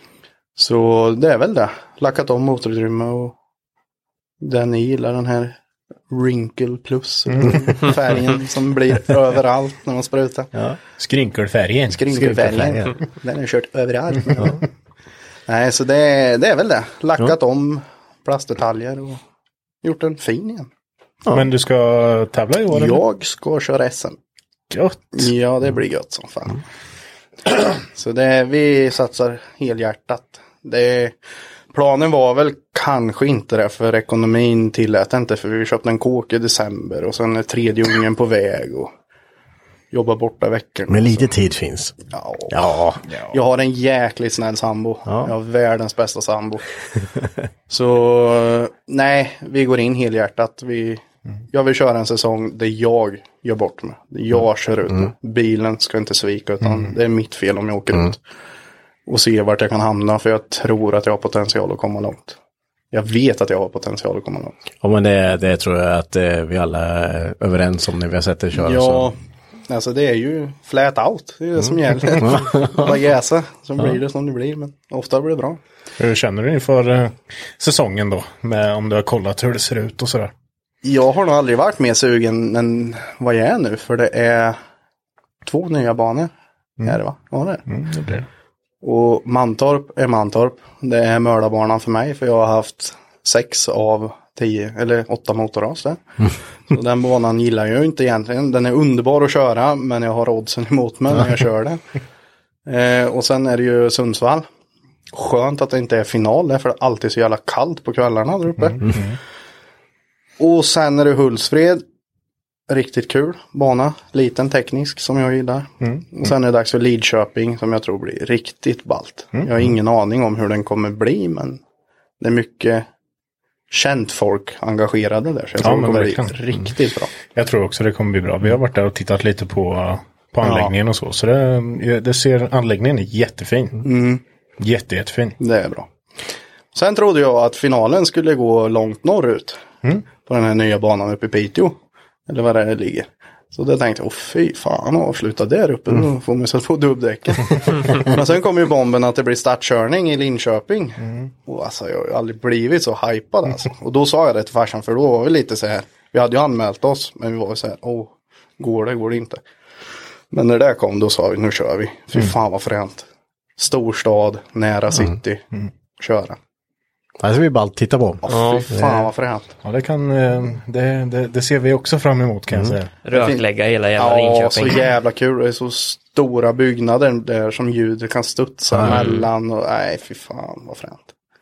Så det är väl det. Lackat om motorutrymme och den gillar den här Wrinkle Plus mm. färgen som blir överallt när man sprutar. Ja. Skrinkelfärgen. Skrinkelfärgen. Den är kört överallt. Ja. Nej, så det, det är väl det. Lackat ja. om plastdetaljer och gjort den fin igen. Ja. Men du ska tävla i år? Eller? Jag ska köra S M. Gött. Ja, det blir gött som fan. Mm. Så det, vi satsar helhjärtat. Det, planen var väl kanske inte det, för ekonomin tillät inte, för vi köpte en kåk i december och sen är tredje ungen på väg och jobbar borta veckor. Men lite tid finns. Ja. ja. Jag har en jäkligt snäll sambo. Ja. Jag har världens bästa sambo. Så nej, vi går in helhjärtat. Vi Mm. Jag vill köra en säsong där jag gör bort mig. Jag kör ut. Mm. Bilen ska inte svika utan mm. det är mitt fel om jag åker mm. ut. Och se vart jag kan hamna för jag tror att jag har potential att komma långt. Jag vet att jag har potential att komma långt. Ja, men det, det tror jag att eh, vi alla är överens om när vi har sett det köra. Ja, så. Alltså det är ju flat out. Det är det mm. som gäller. Bara jäsa. Så blir det som det blir. Men ofta blir det bra. Hur känner du inför eh, säsongen då? Med, om du har kollat hur det ser ut och sådär. Jag har nog aldrig varit mer sugen än vad jag är nu. För det är två nya banor. Mm. Är det va? Ja, det är mm, det. Blir det. Och Mantorp är Mantorp. Det är mördarbanan för mig. För jag har haft sex av tio eller åtta motorras där. Mm. Så den banan gillar jag ju inte egentligen. Den är underbar att köra. Men jag har oddsen emot mig när jag kör den. Eh, och sen är det ju Sundsvall. Skönt att det inte är final där. För det är alltid så jävla kallt på kvällarna där uppe. Mm. Mm. Och sen är det Hultsfred. Riktigt kul bana. Liten teknisk som jag gillar. Mm. Och sen är det dags för Lidköping som jag tror blir riktigt ballt. Mm. Jag har ingen aning om hur den kommer bli. Men det är mycket känt folk engagerade där. Så jag ja, tror det kommer verkligen. bli riktigt bra. Jag tror också det kommer bli bra. Vi har varit där och tittat lite på, på anläggningen ja. och så. Så det, det ser, anläggningen är jättefin. Mm. Jätte, jättefin. Det är bra. Sen trodde jag att finalen skulle gå långt norrut. Mm. På den här nya banan uppe i Piteå. Eller vad det är ligger. Så då tänkte jag, åh fy fan, avsluta där uppe. Mm. Då får man sätta på dubbdäcken. Men sen kom ju bomben att det blir startkörning i Linköping. Mm. Och alltså, jag har aldrig blivit så hypad alltså. Och då sa jag det till farsan, för då var vi lite så här. Vi hade ju anmält oss, men vi var ju så här, åh, går det, går det inte. Men när det kom, då sa vi, nu kör vi. Fy mm. fan vad fränt. Storstad, nära city, mm. Mm. köra. Det ska vi bara titta på. Oh, fy fan vad fränt. Ja, det kan, det, det, det ser vi också fram emot kan mm. jag säga. Röklägga hela jävla ja, Linköping. Ja, så jävla kul. Det är så stora byggnader där som ljudet kan studsa mm. mellan. Och, nej, fy fan vad fränt.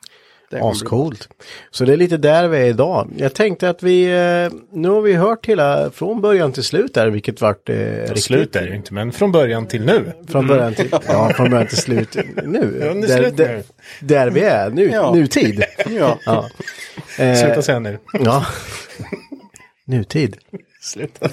Ascoolt. Så det är lite där vi är idag. Jag tänkte att vi, nu har vi hört hela från början till slut där, vilket vart eh, riktigt. Slut är det inte, men från början till nu. Från början till, ja, från början till slut nu. Ja, där, slut där, nu. där vi är, nu, ja. nutid. Ja. Ja. Eh, Sluta säga nu. Ja. Nutid. Sluta.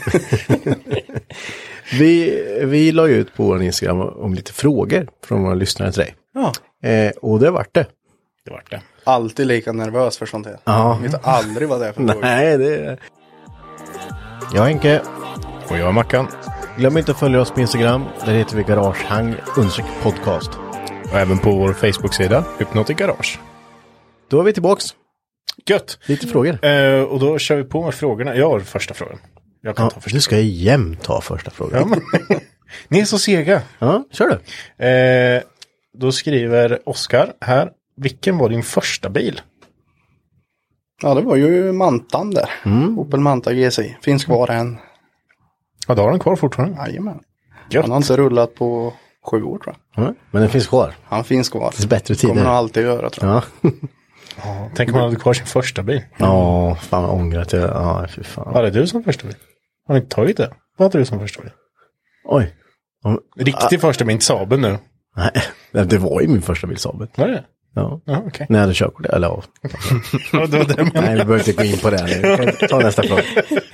vi, vi la ju ut på vår Instagram om lite frågor från våra lyssnare till dig. Ja. Eh, och det vart det. Det vart det. Alltid lika nervös för sånt här. Ja. Jag vet aldrig vad det är för frågor. Nej, det är... Jag är Henke. Och jag är Mackan. Glöm inte att följa oss på Instagram. Där heter vi Garagehang understreck podcast. Och även på vår Facebook-sida Hypnotic Garage. Då är vi tillbaks. Gött. Lite frågor. Eh, och då kör vi på med frågorna. Jag har första frågan. Jag kan ja, ta första du ska frågan. Jämt ta första frågan. Ja, men... Ni är så sega. Ja, kör du. Eh, då skriver Oskar här. Vilken var din första bil? Ja, det var ju Mantan där. Mm. Opel Manta G C. Finns kvar än. Ja, då har den kvar fortfarande. Jajamän. Han har inte rullat på sju år tror jag. Mm. Men den finns kvar. Han finns kvar. Det är bättre tider. Kommer han alltid göra tror jag. Ja. Ja, tänk om han hade kvar sin första bil. Ja, fan jag ångrar att jag... Ja, fy fan. Vad hade du som första bil? Har ni inte tagit det? Vad hade du som första bil? Oj. Om... Riktig ah. första bil, inte Saaben nu. Nej, det var ju min första bil, Saaben. Var det? Ja, ja okay. När jag hade körkort. Eller ja. Ja, det var det man... Nej, vi behöver inte gå in på det här nu. Ta nästa fråga.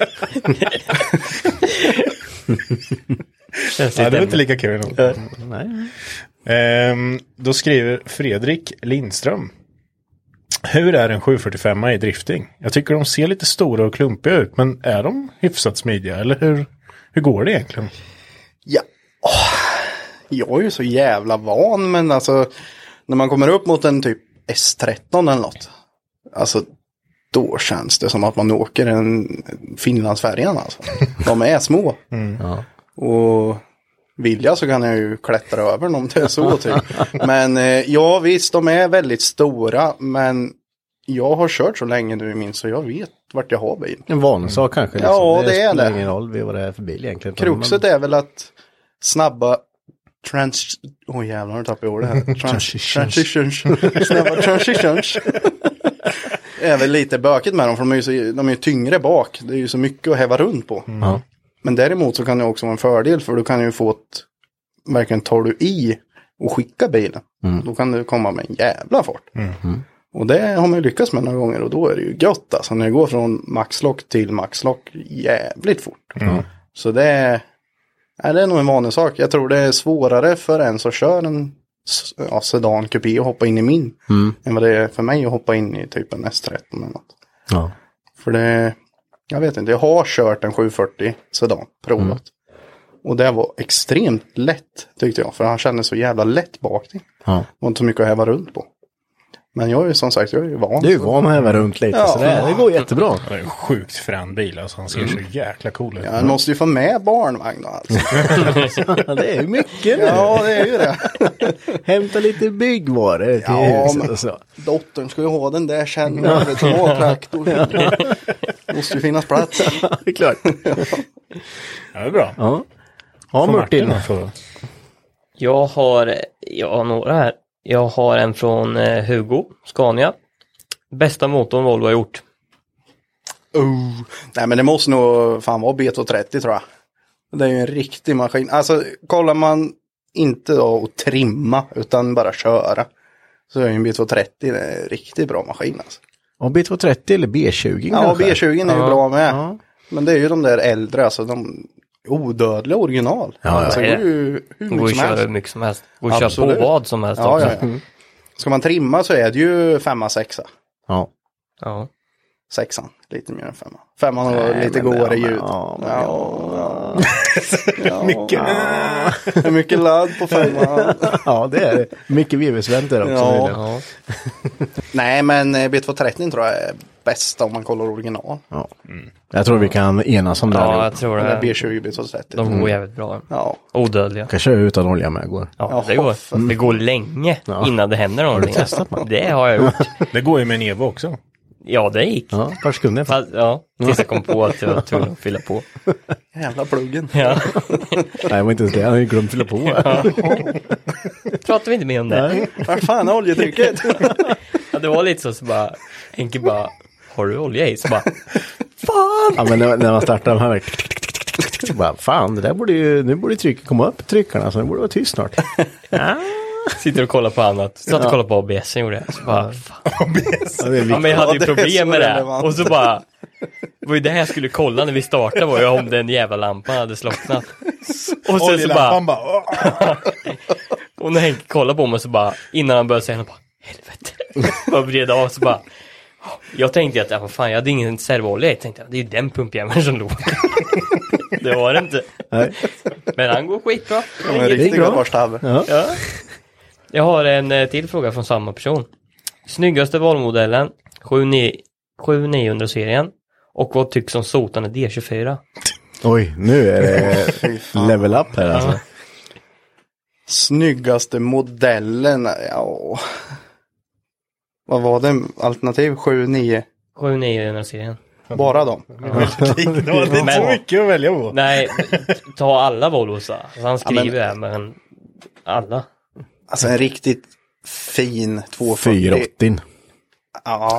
Ja, det var inte lika kul. Uh, nej. Ehm, då skriver Fredrik Lindström. Hur är en sju fyrtiofem i drifting? Jag tycker de ser lite stora och klumpiga ut, men är de hyfsat smidiga? Eller hur, hur går det egentligen? Ja, oh, jag är ju så jävla van, men alltså när man kommer upp mot en typ S tretton eller något, alltså då känns det som att man åker en Finlandsfärjan alltså. De är små. Mm. Ja. Och vill jag så kan jag ju klättra över dem till så typ. Men eh, ja visst, de är väldigt stora, men jag har kört så länge nu minst så jag vet vart jag har bil. En vansak kanske. Liksom. Ja, det, det är det. Ingen roll vad det är för bil egentligen. Kruxet är väl att snabba trans... Åh oh, jävlar, nu tappar jag ord det här. Trans... Transitions. Snabba transitions. är väl lite bökigt med dem, för de är ju så, de är ju tyngre bak. Det är ju så mycket att häva runt på. Mm. Men däremot så kan det också vara en fördel, för då kan du få ett, verkligen tar du i och skicka bilen. Mm. Då kan du komma med en jävla fart. Mm. Och det har man ju lyckats med några gånger och då är det ju gött alltså. När jag går från maxlock till maxlock jävligt fort. Mm. Så det är, ja, det är nog en vanlig sak. Jag tror det är svårare för en som kör en ja, sedan kupé och hoppa in i min. Mm. Än vad det är för mig att hoppa in i typ en S tretton eller något. Ja. För det, jag vet inte, jag har kört en sjuhundrafyrtio sedan, provat. Mm. Och det var extremt lätt tyckte jag. För han kände så jävla lätt bak till. Ja. Och inte så mycket att häva runt på. Men jag är ju som sagt, jag är ju van. Du är van att häva runt lite ja. så det, det går jättebra. Det är en sjukt frän bil alltså. Han ser mm. så jäkla cool ut. Ja, han måste ju få med barnvagn och allt. Det är ju mycket nu. Ja, det är ju det. Hämta lite byggvaror till ja, huset och så. Dottern ska ju ha den där känner jag. Det är traktor. Ja. Måste ju finnas plats. Ja, det är klart. Ja, det är bra. Ja, ja Martin. Jag har, jag har några här. Jag har en från eh, Hugo, Scania. Bästa motorn Volvo har gjort. Oh. Nej men det måste nog fan vara B tvåhundratrettio tror jag. Det är ju en riktig maskin. Alltså kollar man inte då att trimma utan bara köra. Så är ju en B tvåhundratrettio en riktigt bra maskin alltså. Och B tvåhundratrettio eller B tjugo Ja, kanske? B tjugo är ju ja. bra med. Ja. Men det är ju de där äldre, alltså de odödliga original. Ja, ja. Alltså, det går ju hur mycket går som helst. Hur mycket som helst. Går att köra på vad som helst ja, också. Ja, ja. Ska man trimma så är det ju femma, sexa. Ja. Ja. Sexan, lite mer än femma. Femman har Nej, lite godare ljud. Ja, ja, ja. ja. mycket. Ja. Mycket ladd på femman. Ja, det är det. Mycket virvelslänter också. Ja. Ja. Nej, men B tvåhundratrettio tror jag är bästa om man kollar original. Ja. Mm. Jag tror vi kan enas om det. Ja, jag tror det. B tjugo, B tvåhundratrettio. De går jävligt bra. Ja. Odödliga. Kan köra utan olja med går. Ja, ja det går. Mm. Det går länge ja. innan det händer någonting. Har du testat man? Det har jag gjort. Det går ju med en Evo också. Ja, det gick. Ja, ett par sekunder. Fast, ja, tills jag kom på att jag var tvungen att fylla på. Jävla pluggen. Ja. Nej, det var inte ens det. Jag hade ju glömt fylla på. Ja. Pratar vi inte mer om det? Vad fan är oljetrycket? Ja, det var lite så, så bara, Henke bara, har du olja i? Så bara, fan! Ja, men när, när man startar de här, så bara, fan, det där borde ju, nu borde trycket komma upp, tryckarna, så det borde vara tyst snart. Ja. Sitter och kollar på annat. Satt och kollade på A B S gjorde jag. Så bara, fan. A B S. Ja, men jag hade ju problem med det. Och så bara, det var ju det här jag skulle kolla när vi startade, var ju om den jävla lampan hade slocknat. Och sen så bara, bara och när Henke kollade på mig så bara, innan han började säga, han bara, helvete. Bara vred av så bara, jag tänkte att, ja, fan, jag hade ingen servolja. Jag tänkte, det är ju den pumpjäveln som låg. Det var det inte. Nej. Men han går skitbra. Ja, men riktigt bra. Ja. Ja. Jag har en eh, till fråga från samma person. Snyggaste valmodellen sju niohundra-serien. Och vad tycks om sotande D tjugofyra? Oj, nu är det level up här alltså. Ja. Snyggaste modellen, ja. Vad var det? Alternativ sju nio? sju niohundra-serien. Bara dem? Ja. Det var inte så mycket att välja på. Nej, ta alla Volvos. Alltså han skriver ja, men, det, men alla. Alltså en riktigt fin tvåhundrafyrtio. fyrahundraåttio. Ja.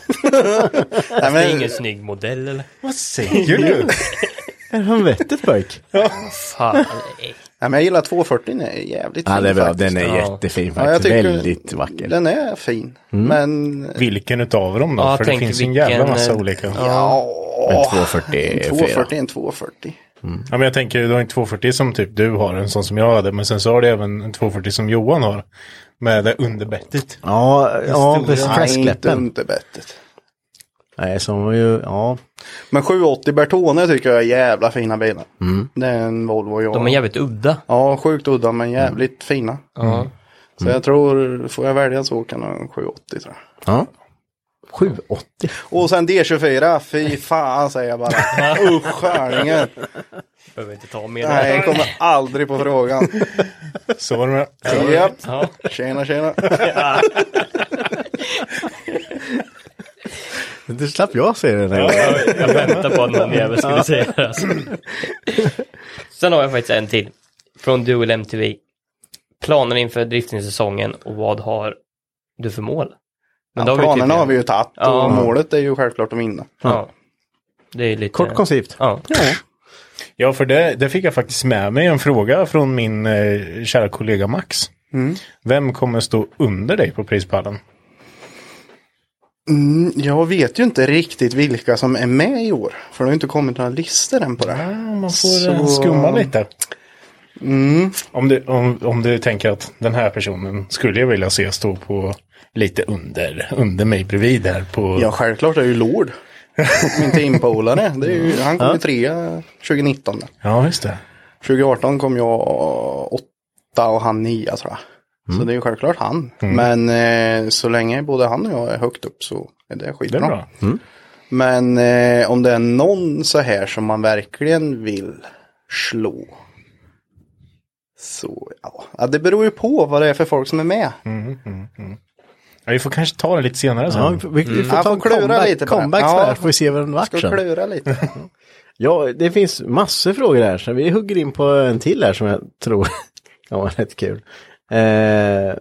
Nej, men det är ingen snygg modell eller? Vad säger du? Är han vettigt pojk? Ja. Fan. Ja, men jag gillar tvåhundrafyrtio, den är jävligt ja, fin. Det är bra. Faktiskt. Den är ja. jättefin faktiskt. Ja, väldigt vacker. Den är fin. Mm. Men... Vilken utav dem då? Ja, för det finns vilken... en jävla massa olika. Ja. En tvåhundrafyrtio. tvåhundrafyrtio, en tvåhundrafyrtio. Mm. Ja, men jag tänker, du har en tvåhundrafyrtio som typ du har, en sån som jag hade. Men sen så har du även en tvåhundrafyrtio som Johan har. Med det underbettet. Ja, ja precis. Nej, inte underbettet. Nej, som var ju, ja. Men sjuhundraåttio Bertone tycker jag är jävla fina bilar. Mm. Det är en Volvo jag. De är jävligt udda. Ja, sjukt udda men jävligt mm. fina. Mm. Så jag tror, får jag välja så kan jag sjuhundraåttio tror jag. Ja. sjuhundraåttio. Och sen D tjugofyra, fy fan säger jag bara. Usch, skärningen. Behöver inte ta mer. Nej, jag kommer aldrig på frågan. Så var det med. Japp. Ja. Tjena, tjena. Ja. Det slapp jag säga det. Ja, jag, jag väntar på att någon jävel skulle ja. säga det. Alltså. Sen har jag faktiskt en till. Från Dual M T V. Planer inför driftningssäsongen och vad har du för mål? Men ja, planerna typ... har vi ju tagit och ja. målet är ju självklart att vinna. Ja. Det är lite... Kort koncist. Ja. Ja. Ja, för det, det fick jag faktiskt med mig en fråga från min eh, kära kollega Max. Mm. Vem kommer stå under dig på prispallen? Mm, jag vet ju inte riktigt vilka som är med i år. För det har inte kommit några listor än på det. Ja, man får så... skumma lite. Mm. Om, du, om, om du tänker att den här personen skulle jag vilja se stå på lite under, under mig bredvid här på... Ja, självklart är ju Lord. Min teampolare. Det är ju, han kom ju trea tjugonitton. Ja, just det. tjugo arton kom jag åtta och han nia, tror jag. Mm. Så det är ju självklart han. Mm. Men eh, så länge både han och jag är högt upp så är det skitbra. Det är bra. Mm. Men eh, om det är någon så här som man verkligen vill slå. Så ja. ja, det beror ju på vad det är för folk som är med. Mm, mm, mm. Ja, vi får kanske ta det lite senare sen. Ja, vi, vi får mm. ta en comeback, lite comebacks ja, där, får vi se vad den vart sen. Ska klura lite. Ja, det finns massor frågor här, så vi hugger in på en till här som jag tror kan vara rätt kul. Eh,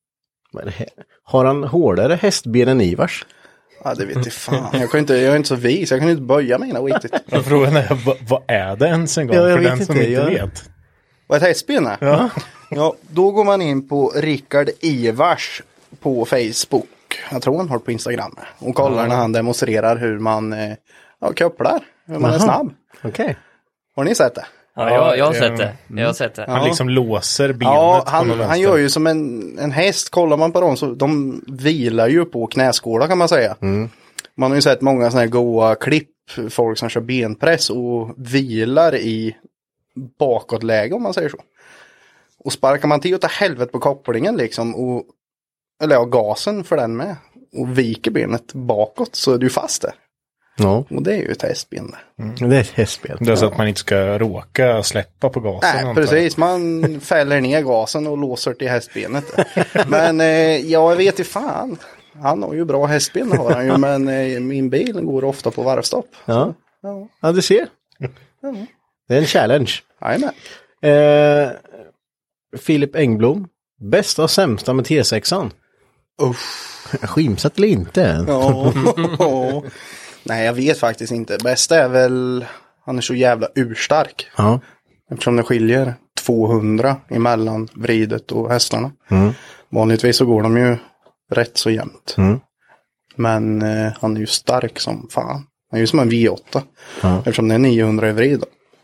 har han hårdare hästben än Ivars? Ja, det vet jag fan. Jag, kan inte, jag är inte så vis, jag kan inte böja mina riktigt. Frågan är, vad, vad är det ens en gång ja, för den inte, som inte jag... vet? Vad är ett hästben är? Ja. Ja, då går man in på Rickard Ivars på Facebook. Jag tror han har på Instagram. Och kollar ja. när han demonstrerar hur man ja, kopplar. Hur man Aha. är snabb. Okej. Okay. Har ni sett det? Ja, jag, jag har sett det. Jag har sett det. Han ja. liksom låser benet. Ja, han, han gör ju som en, en häst. Kollar man på dem så de vilar ju på knäskålar kan man säga. Mm. Man har ju sett många sådana här goa klipp. Folk som kör benpress och vilar i bakåtläge om man säger så. Och sparkar man till åt helvete på kopplingen liksom. Och, eller ja, gasen för den med. Och viker benet bakåt så är du fast där. Ja. Och det är ju ett hästben. Mm. Det är ett hästben. Det är så att man inte ska råka släppa på gasen. Nej, precis. Man fäller ner gasen och låser till hästbenet. Men eh, ja, jag vet ju fan. Han har ju bra hästben har han ju. Men eh, min bil går ofta på varvstopp. Ja, ja. ja du ser. Ja. Det är en challenge. Jajamän. Eh, Filip Engblom. Bästa och sämsta med T sexan. Uff. Skimsat eller inte? Ja. Nej, jag vet faktiskt inte. Bästa är väl... Han är så jävla urstark. Ja. Eftersom det skiljer tvåhundra emellan vridet och hästarna. Mm. Vanligtvis så går de ju rätt så jämnt. Mm. Men eh, han är ju stark som fan. Han är ju som en V åtta. Ja. Eftersom det är niohundra i vrid.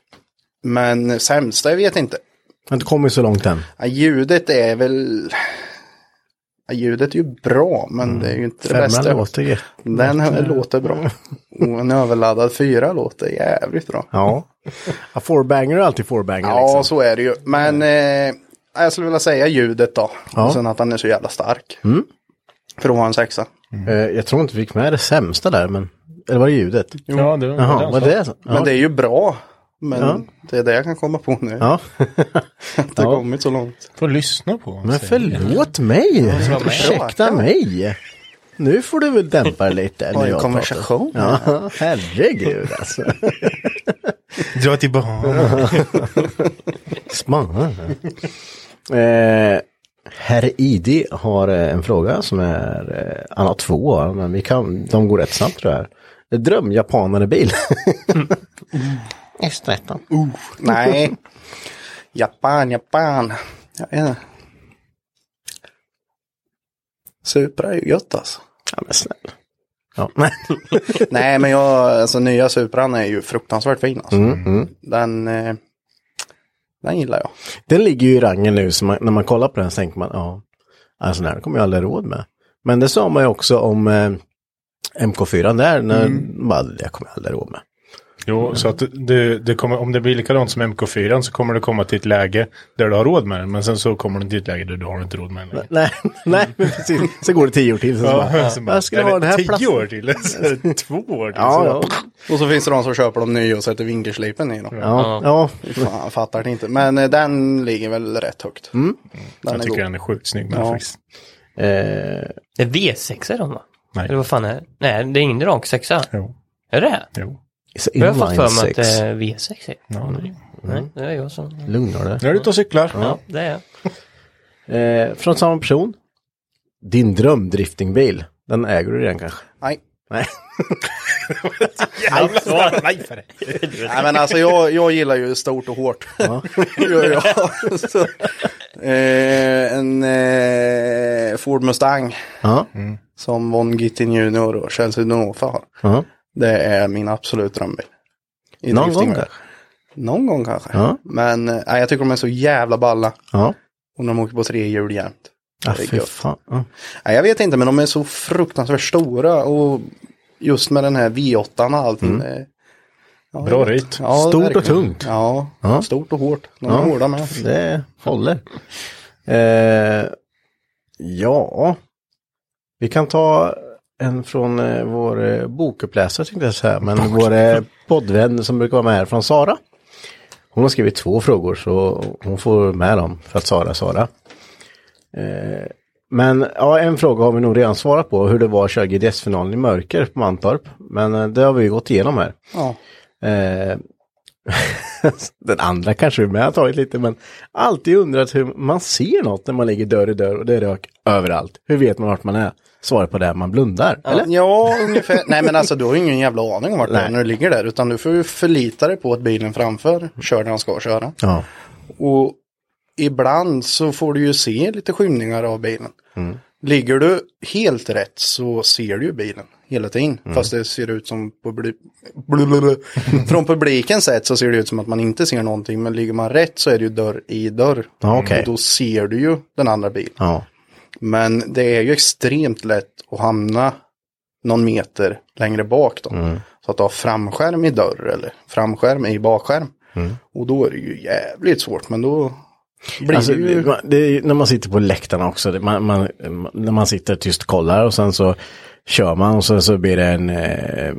Men sämsta, jag vet inte. Men det kommer ju så långt än. Ja, ljudet är väl... Ja, ljudet är ju bra, men mm. det är ju inte det Femman bästa. Låter Den här låter bra. Och en överladdad fyra låter jävligt bra. Ja. A four-banger är alltid four-banger. Ja, liksom. så är det ju. Men eh, jag skulle vilja säga ljudet då. Ja. Och sen att han är så jävla stark. Mm. För att ha en sexa. Mm. Eh, jag tror inte vi fick med det sämsta där, men... Eller var det ljudet? Jo. Ja, det var, Jaha, var det så? Ja. Men det är ju bra. Men ja. det är det jag kan komma på nu. Ja. Att det har kommit så långt. Får lyssna på. Men förlåt mig. Ursäkta mig. Nu får du väl dämpa lite. Har en konversation. Ja, herregud alltså. Dra tillbaka. Smart. Eh, herr Idi har en fråga som är... Han har två, men vi kan, de går rätt snabbt tror jag. Dröm japanare bil. S tretton. Uh, nej. Japan, Japan. Ja. Supra är ju gött alltså. Ja, men snäll. Ja. Nej, men jag, alltså nya Supran är ju fruktansvärt fin alltså. Mm, mm. Den, eh, den gillar jag. Den ligger ju i rangen nu, så man, när man kollar på den så tänker man, ja, alltså den här kommer jag aldrig råd med. Men det sa man ju också om eh, M K fyra där, när mm. man, jag kommer aldrig råd med. Jo, mm. så att det, det kommer, om det blir likadant som M K fyra så kommer det komma till ett läge där du har råd med den. Men sen så kommer det till ett läge där du har inte råd med den. Nej, nej, men precis. Så går det tio år till. Så ja, bara, så bara, jag ska ha den här tio platsen. år till. Två år till. Ja, ja. Och så finns det de som köper dem nya och sätter vingerslipen i dem. Ja, ja. Fan, jag fattar det inte. Men eh, den ligger väl rätt högt. Mm. Den jag tycker god. den är sjukt snygg med ja. faktiskt. Eh, det är V sex är de va? Nej. Eller vad fan är det? Nej, det är ingen rak sexa. Jo. Är det? Jo. Jag har fått för mig att det är V sex. Ja, nej. Nej, det är jag som... Lugnar det. Nu är du ute och cyklar. Ja, det är jag. Eh, från samma person. Din drömdriftingbil. Den äger du redan kanske? Nej. Nej. Jävla svar. Nej för det. Nej men alltså jag, jag gillar ju stort och hårt. Ja. Gör jag. Så, eh, en eh, Ford Mustang. Ja. Mm. Som Von Gittin Junior och Chelsea Donofa har. Ja. Det är min absolut drömbil. I Någon drifting. gång kanske? Någon gång kanske. Ja. Men eh, jag tycker de är så jävla balla. Ja. Och de åker på tre hjul jämt. Ja, Det är fy gött. fan. Ja. Nej, jag vet inte, men de är så fruktansvärt stora. Och just med den här V åtta och allting. Mm. Det, ja, Bra det- rit. Ja, Stort och verkligen. tungt. Ja, Ja. stort och hårt. De är Ja. hårda med. Det håller. Eh, ja. Vi kan ta en från eh, vår eh, bokuppläsare tänkte jag säga. Men vår eh, poddvän som brukar vara med här från Sara. Hon har skrivit två frågor så hon får med dem för att Sara Sara. Eh, men ja, en fråga har vi nog redan svarat på. Hur det var att köra G D S-finalen i mörker på Mantorp. Men eh, det har vi ju gått igenom här. Ja. Eh, den andra kanske vi med har tagit lite, men alltid undrat hur man ser något när man ligger dörr i dörr och det är rök överallt. Hur vet man vart man är? Svaret på det är man blundar, eller? Ja, ungefär. Nej, men alltså du har ju ingen jävla aning om vart du är Nej. när du ligger där. Utan du får ju förlita dig på att bilen framför kör där han ska köra. Ja. Och ibland så får du ju se lite skymningar av bilen. Mm. Ligger du helt rätt så ser du ju bilen hela tiden. Fast det ser ut som på bli- blablabla. Från publikens sätt så ser det ut som att man inte ser någonting. Men ligger man rätt så är det ju dörr i dörr. Ja, okej. Och då ser du ju den andra bilen. Ja. Men det är ju extremt lätt att hamna någon meter längre bak då. Mm. Så att du har framskärm i dörr eller framskärm i bakskärm. Mm. Och då är det ju jävligt svårt. Men då blir Alltså, det ju... det, det är ju när man sitter på läktarna också. Det, man, man, när man sitter tyst och kollar och sen så kör man och så, så blir det en, eh,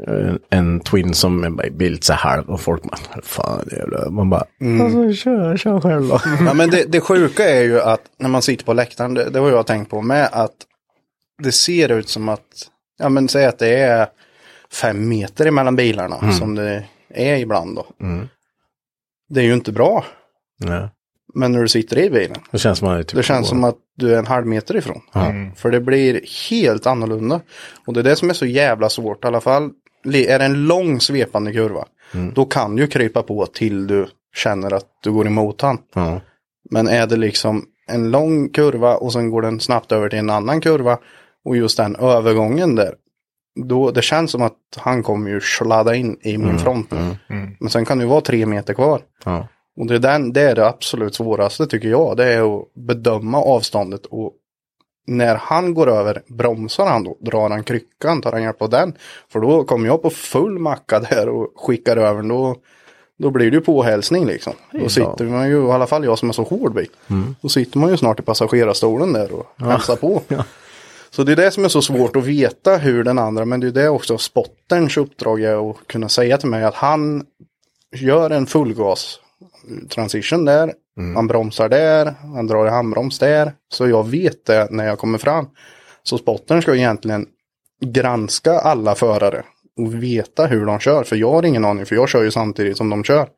en twin som blir lite så halv och folk man, fan det jävla, man bara, Mm. alltså kör, kör själv då. Ja, men det, det sjuka är ju att när man sitter på läktaren, det, det har jag tänkt på med, att det ser ut som att, ja men säg att det är fem meter emellan bilarna Mm. som det är ibland då. Mm. Det är ju inte bra. Ja. Men när du sitter i bilen, Det känns som, typ det känns som att du är en halv meter ifrån. Mm. För det blir helt annorlunda. Och det är det som är så jävla svårt i alla fall. Är det en lång svepande kurva, Mm. då kan du krypa på till du känner att du går emot han. Ja. Men är det liksom en lång kurva och sen går den snabbt över till en annan kurva och just den övergången där, då det känns som att han kommer ju sladda in i min Mm. front. Mm. Men sen kan det ju vara tre meter kvar. Ja. Och det är, den, det är det absolut svåraste tycker jag. Det är att bedöma avståndet. Och när han går över, bromsar han då? Drar han kryckan? Tar han hjälp på den? För då kommer jag på full macka där och skickar över. Då, då blir det ju påhälsning liksom. Då sitter man ju, i alla fall jag som är så hård bil. Mm. Då sitter man ju snart i passagerarstolen där och hälsar på. Ja. Så det är det som är så svårt att veta hur den andra, men det är det också spotterns uppdrag är att kunna säga till mig att han gör en fullgas transition där, Mm. han bromsar där, han drar i handbroms där, så jag vet det när jag kommer fram. Så spottern ska egentligen granska alla förare och veta hur de kör, för jag har ingen aning, för jag kör ju samtidigt som de kör.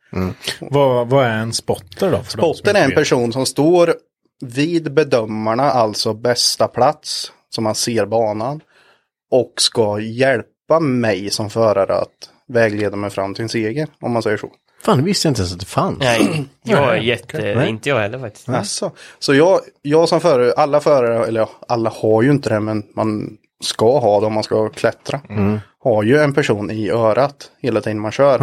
Vad, vad är en spotter då? För de som Spotter inte är en vet? person som står vid bedömarna, alltså bästa plats, som man ser banan, och ska hjälpa mig som förare att vägleda mig fram till en seger, om man säger så. Fan, det visste jag inte ens att det fanns. Nej, jag är jätte, Nej. inte jag heller faktiskt. Alltså, så jag, jag som förare, alla förare, eller ja, alla har ju inte det, men man ska ha det om man ska klättra. Har ju en person i örat hela tiden man kör.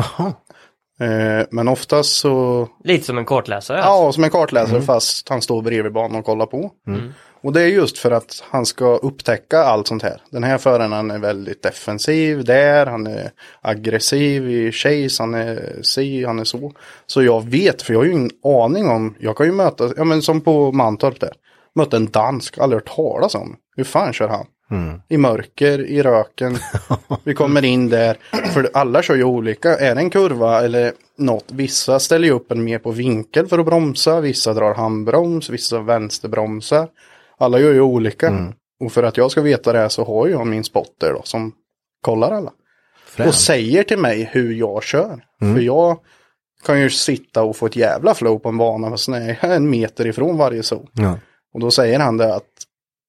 Eh, men oftast så, Lite som en kortläsare. alltså. ja, som en kartläsare fast han står bredvid banan och kollar på. Och det är just för att han ska upptäcka allt sånt här. Den här föraren han är väldigt defensiv där, han är aggressiv i chase, han är si, han är så. Så jag vet, för jag har ju ingen aning om, jag kan ju möta, ja men som på Mantorp där. Mötte en dansk, aldrig hört talas om. Hur fan kör han? I mörker, i röken. Vi kommer in där. För alla kör ju olika. Är det en kurva eller något? Vissa ställer ju upp en mer på vinkel för att bromsa. Vissa drar handbroms. Vissa vänsterbromsar. Alla gör ju olika. Och för att jag ska veta det här så har jag min spotter då, som kollar alla. Frän. Och säger till mig hur jag kör. För jag kan ju sitta och få ett jävla flow på en bana. Fast nej, jag är en meter ifrån varje zon. Ja. Och då säger han det att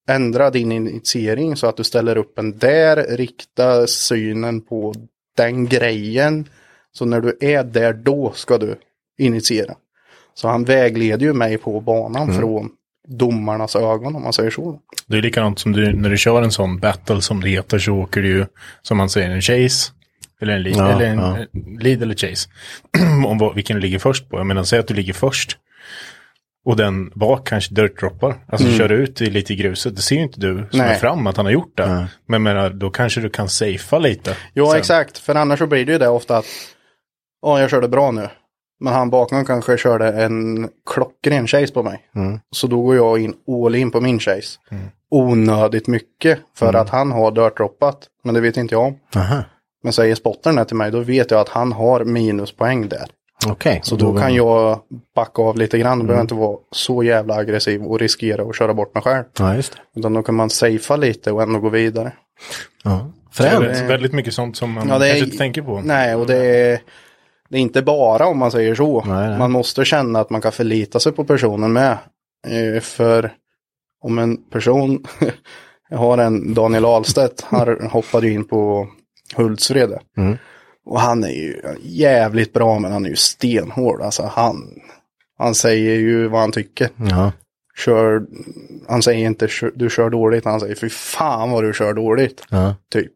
ändra din initiering så att du ställer upp en där, rikta synen på den grejen. Så när du är där, då ska du initiera. Så han vägleder ju mig på banan mm. från domarnas ögon, om man säger så. Det är likadant som du, när du kör en sån battle som det heter, så åker du ju, som man säger, en chase. Eller en lead, ja, eller, en, ja. lead eller chase. Om vad, vilken du ligger först på. Jag menar, säg att du ligger först. Och den bak kanske dirt-droppar. Alltså mm. kör ut i lite i gruset. Det ser ju inte du som Nej. är fram att han har gjort det. Nej. Men menar, då kanske du kan safea lite. Jo, sen. Exakt. För annars så blir det ju det ofta att ja, jag körde bra nu. Men han bakom kanske körde en klockren chase på mig. Mm. Så då går jag in all in på min chase. Mm. Onödigt mycket. För mm. att han har dirt-droppat. Men det vet inte jag om. Aha. Men säger spottaren till mig, då vet jag att han har minuspoäng där. Okay, så då, då kan jag backa av lite grann. Mm. Behöver inte vara så jävla aggressiv och riskera att köra bort mig själv. Ja, just det. Utan då kan man safea lite och ändå gå vidare. Ja. Det är väldigt mycket sånt som man ja, kanske är, inte tänker på. Nej, och det är, det är inte bara om man säger så. Nej, nej. Man måste känna att man kan förlita sig på personen med. För om en person, jag har en Daniel Ahlstedt, han hoppade in på Hultsfred. Mm. Och han är ju jävligt bra, men han är ju stenhård. Alltså han, han säger ju vad han tycker. Ja. Kör, han säger inte du kör dåligt, han säger fy fan vad du kör dåligt. Ja. Typ.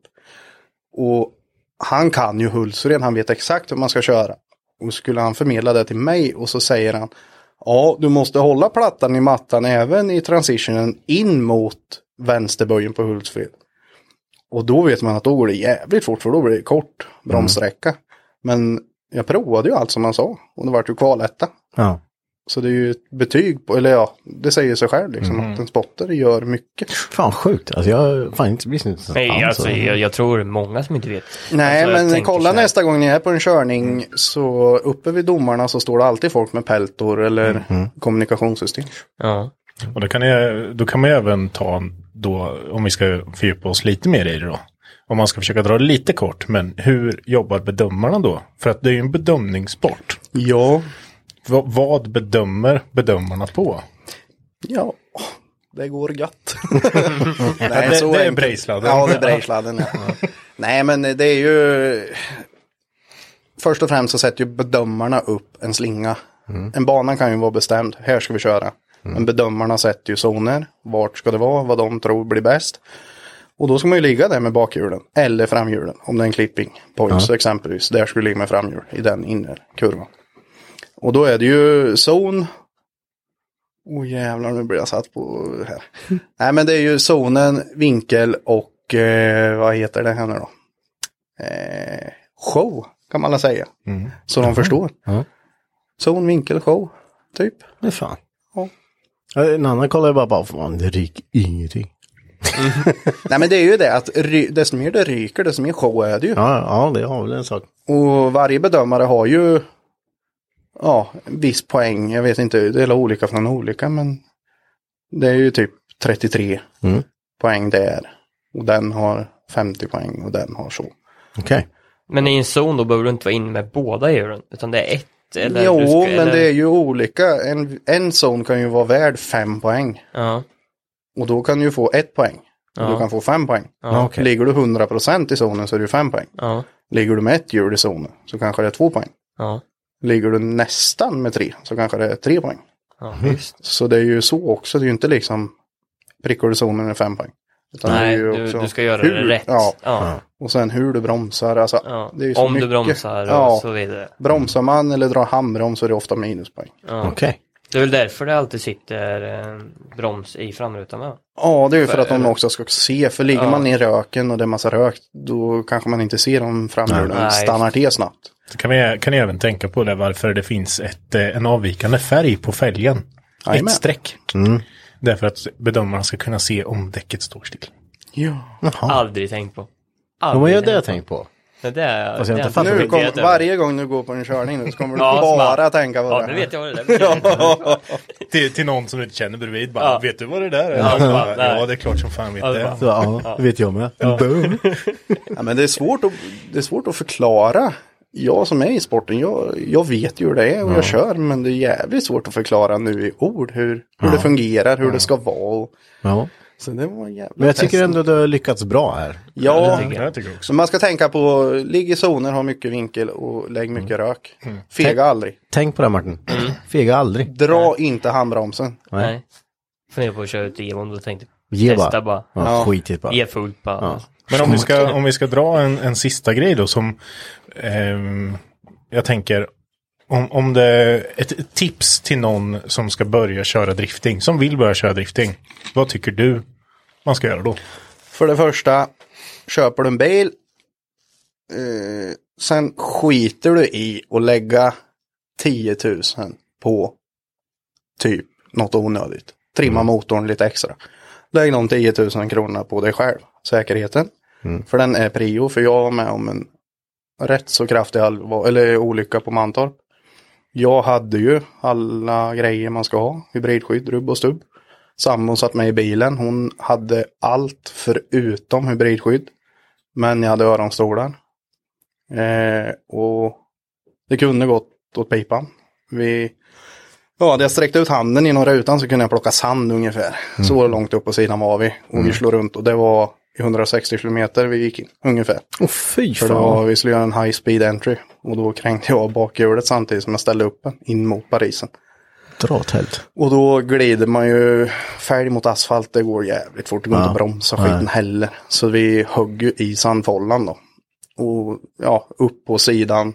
Och han kan ju Hultsfred, han vet exakt hur man ska köra. Och skulle han förmedla det till mig och så säger han ja, du måste hålla plattan i mattan även i transitionen in mot vänsterböjen på Hultsfred. Och då vet man att då går det jävligt fort, för då blir det kort bromssträcka. Mm. Men jag provade ju allt som man sa. Och det var ju kvaletta. Ja. Så det är ju ett betyg på, eller ja, det säger sig själv liksom. Mm. Att en spotter gör mycket. Fan sjukt, alltså jag fan inte visst inte. Nej, alltså jag, jag tror många som inte vet. Nej, alltså, men kolla nästa gång ni är på en körning mm. så uppe vid domarna så står det alltid folk med peltor eller mm. kommunikationssystem. Ja. Och då kan, jag, då kan man även ta då, om vi ska fördjupa oss lite mer i det då. Om man ska försöka dra det lite kort, men hur jobbar bedömarna då? För att det är ju en bedömningssport. Ja. V- vad bedömer bedömarna på? Ja, det går gött. Nej, det, så det är brejsladden. Ja, det är brejsladden. Ja. Nej, men det är ju... Först och främst så sätter ju bedömarna upp en slinga. Mm. En bana kan ju vara bestämd. Här ska vi köra. Mm. Men bedömarna sätter ju zoner. Vart ska det vara? Vad de tror blir bäst. Och då ska man ju ligga där med bakhjulen. Eller framhjulen. Om det är en clipping points ja. exempelvis. Där skulle du ligga med framhjul. I den inre kurvan. Och då är det ju zon. Åh oh, jävlar, nu blir jag satt på det här. Nej, men det är ju zonen, vinkel och eh, vad heter det här nu då? Eh, show kan man väl säga. Mm. Så de förstår. Mm. Zon, vinkel, show. Typ. Det är fan. Ja. En annan kollar jag bara på, fan, det ryker ingenting. Mm. Nej, men det är ju det att ry- desto mer det ryker, desto mer show är det ju. Ja, ja, det har väl en sak. Och varje bedömare har ju ja, en viss poäng. Jag vet inte, det är olika från olika, men det är ju typ trettiotre mm. poäng där. Och den har femtio poäng och den har så. Okej. Okay. Men i en zon då behöver du inte vara in med båda djuren, utan det är ett. Eller jo, ska, men eller... det är ju olika. En, en zon kan ju vara värd fem poäng. Ja. Och då kan du ju få ett poäng. Och ja. du kan få fem poäng. Ja, okay. Ligger du hundra procent i zonen så är det fem poäng. Ja. Ligger du med ett djur i zonen så kanske det är två poäng. Ja. Ligger du nästan med tre så kanske det är tre poäng. Ja, just. Så det är ju så också. Det är ju inte liksom prickar du zonen är fem poäng. Utan nej, det är ju du, också du ska göra hur, det rätt. Ja. Ja. Och sen hur du bromsar. Alltså, ja. det är ju så om mycket. du bromsar och ja. så vidare. Bromsar man eller drar handbroms så är det ofta minuspoäng. Ja. Okej. Okay. Det är väl därför det alltid sitter en broms i framrutan med. Ja, det är ju för, för att de också ska se. För ligger ja. man i röken och det är massa rök, då kanske man inte ser om framhjulen stannar till snabbt. Så kan vi kan även tänka på det varför det finns ett, en avvikande färg på fälgen. Amen. Ett streck. Mm. Därför att bedömarna ska kunna se om däcket står still. Ja. Jaha. Aldrig tänkt på. Aldrig vad är det jag tänkt på? Det där, alltså, det jag nu kom, varje gång du går på en körning nu så kommer du ja, bara smart. tänka på ja, det. Ja, nu vet jag vad det är. till, till någon som du inte känner bredvid bara, ja. vet du vad det där är? Ja, ja, ja det är klart som fan vet ja, det. Så, ja, ja, det vet jag med. Ja. Ja, men det är, svårt att, det är svårt att förklara. Jag som är i sporten, jag, jag vet ju hur det är och ja. jag kör, men det är jävligt svårt att förklara nu i ord hur, hur ja. det fungerar, hur ja. det ska vara. Och ja. Så det var jävla Men jag tycker test. ändå du har lyckats bra här. Ja, Det tycker jag tycker också. så man ska tänka på, ligg i zoner, ha mycket vinkel och lägg mycket rök. Fega aldrig. Tänk på det, Martin. Fega aldrig. Dra inte handbromsen. Nej. Funderar på att köra ut Evon och tänkte Ge testa bara. bara. Ja, Ja. skitigt bara. Ge fullt bara. Ja. Men om vi ska, om vi ska dra en, en sista grej då som ehm, jag tänker om, om det är ett tips till någon som ska börja köra drifting, som vill börja köra drifting. Vad tycker du man ska göra då? För det första, köper du en bil. Eh, sen skiter du i att lägga tio tusen på typ något onödigt. Trimma motorn lite extra. Lägg de tio tusen kronor på dig själv. Säkerheten. Mm. För den är prio. För jag var med om en rätt så kraftig allvar, eller olycka på Mantorp. Jag hade ju alla grejer man ska ha. Hybridskydd, rubb och stubb. Samma satt med i bilen. Hon hade allt förutom hybridskydd. Men jag hade öronstolar. Eh, och det kunde gått åt pipan. Vi, ja, hade jag sträckt ut handen genom rutan så kunde jag plocka sand ungefär. Mm. Så långt upp på sidan var vi. Och mm. vi slog runt och det var i hundrasextio kilometer vi gick in ungefär. Åh oh, fy För fan. då var, vi skulle göra en high speed entry. Och då krängde jag bakhjulet samtidigt som jag ställde upp den in mot Parisen. Dra åt helt. Och då glider man ju färg mot asfalt. Det går jävligt fort. Det går Ja. inte att bromsa skiten heller. Så vi högg ju i sandfållan då. Och ja, upp på sidan.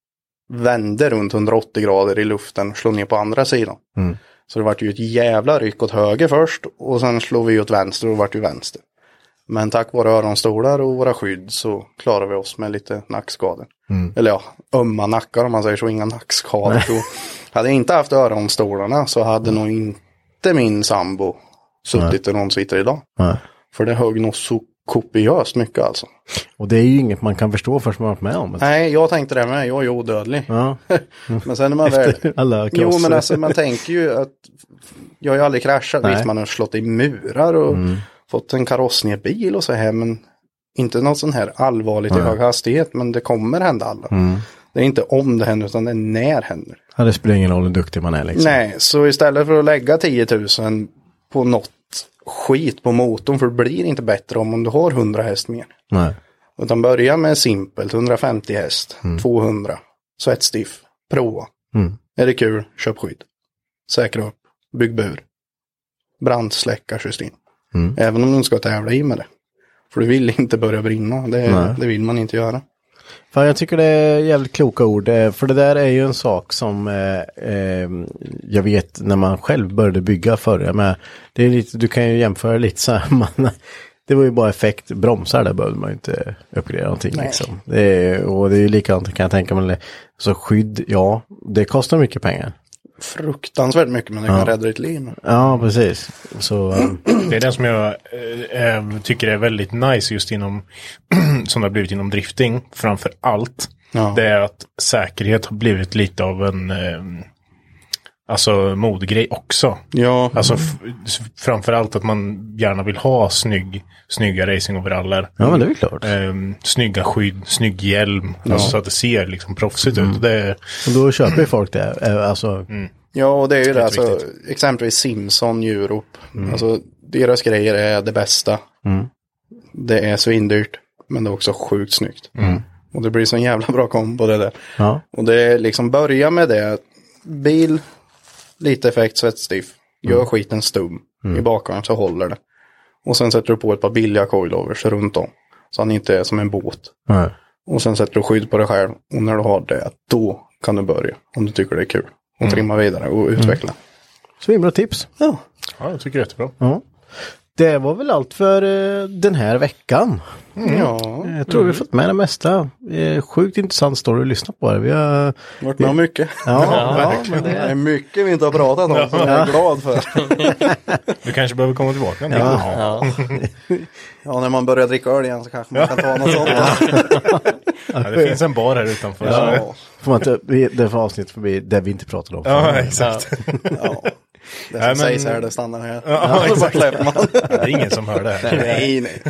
Vände runt hundraåttio grader i luften. Slog ner på andra sidan. Mm. Så det var ju ett jävla ryck åt höger först. Och sen slog vi åt vänster och vart ju vänster. Men tack vare öronstolar och våra skydd så klarar vi oss med lite nackskador. Mm. Eller ja, ömma nackar om man säger så, inga nackskador. Så hade jag inte haft öronstolarna så hade nog inte min sambo suttit där någon sitter idag. Nej. För det högg nog så kopiöst mycket alltså. Och det är ju inget man kan förstå först man har varit med om det. Nej, jag tänkte det med. Jag är ju odödlig. Ja. Mm. Men sen är man väl... alla jo, men alltså man tänker ju att jag har ju aldrig kraschat. Visst, man har slått i murar och mm. fått en kaross ner bil och så här. Men inte något sån här allvarligt i hög hastighet. Men det kommer hända alla. Mm. Det är inte om det händer utan det är när händer. Ja, det spelar ingen roll hur duktig man är liksom. Nej, så istället för att lägga tio tusen på något skit på motorn, för det blir inte bättre om, om du har hundra häst mer. Nej. Utan börja med simpelt, hundrafemtio häst, mm. tvåhundra, svettstiff, prova. Mm. Är det kul, köp skydd. Säkra upp, bygg bur. Brandsläckarsystem. Mm. Även om du ska tävla i med det. För du vill inte börja brinna, det, det vill man inte göra. Fan, jag tycker det är jävligt kloka ord, för det där är ju en sak som eh, eh, jag vet när man själv började bygga förr. Men det är lite, du kan ju jämföra lite så här, man, det var ju bara effekt, bromsar där behövde man ju inte uppgradera någonting. Liksom. Det är, och det är ju likadant kan jag tänka mig, så skydd, ja, det kostar mycket pengar. Fruktansvärt mycket, men det kan ja. rädda ditt liv. Ja, precis. Så, um... det är det som jag äh, tycker är väldigt nice just inom som det har blivit inom drifting framför allt. Ja. Det är att säkerhet har blivit lite av en äh, alltså modegrej också. Ja. Alltså f- framförallt att man gärna vill ha snygg, snygga racingoveraller. Ja, men det är klart. Äh, snygga skydd, snygg hjälm. Ja. Alltså så att det ser liksom proffsigt mm. ut. Det är... Och då köper ju folk det. Alltså... Mm. Ja, och det är ju det. Alltså, exempelvis Simpson, Europe. Mm. Alltså, deras grejer är det bästa. Mm. Det är svindyrt. Men det är också sjukt snyggt. Mm. Och det blir så en jävla bra kombo det där. Ja. Och det är liksom börja med det. Bil, lite effekt, svettstiff. Gör mm. skiten stum. Mm. I bakhållen så håller det. Och sen sätter du på ett par billiga coilovers runt om. Så han inte är som en båt. Mm. Och sen sätter du skydd på dig själv. Och när du har det, då kan du börja. Om du tycker det är kul. Och mm. trimma vidare och utveckla. Mm. Så bra tips. Ja. Ja, jag tycker det är jättebra. Ja. Det var väl allt för uh, den här veckan. Mm. Ja. Jag tror mm. vi fått med det mesta. Eh, sjukt intressant story att lyssna på. Vi har varit med mycket. Ja, ja, ja men det är mycket vi inte har pratat om som jag är glad för. Du kanske behöver komma tillbaka. Ja. Ja. Ja, när man börjar dricka öl igen så kanske man kan ta något sånt. Ja, det finns en bar här utanför. Ja. Får man inte, det får avsnitt förbi där vi inte pratade om. Ja, exakt. Ja. Det som nej, men... sägs här, det stannar här. Ja, ja, släpper man. Det är ingen som hör det här. Nej, nej.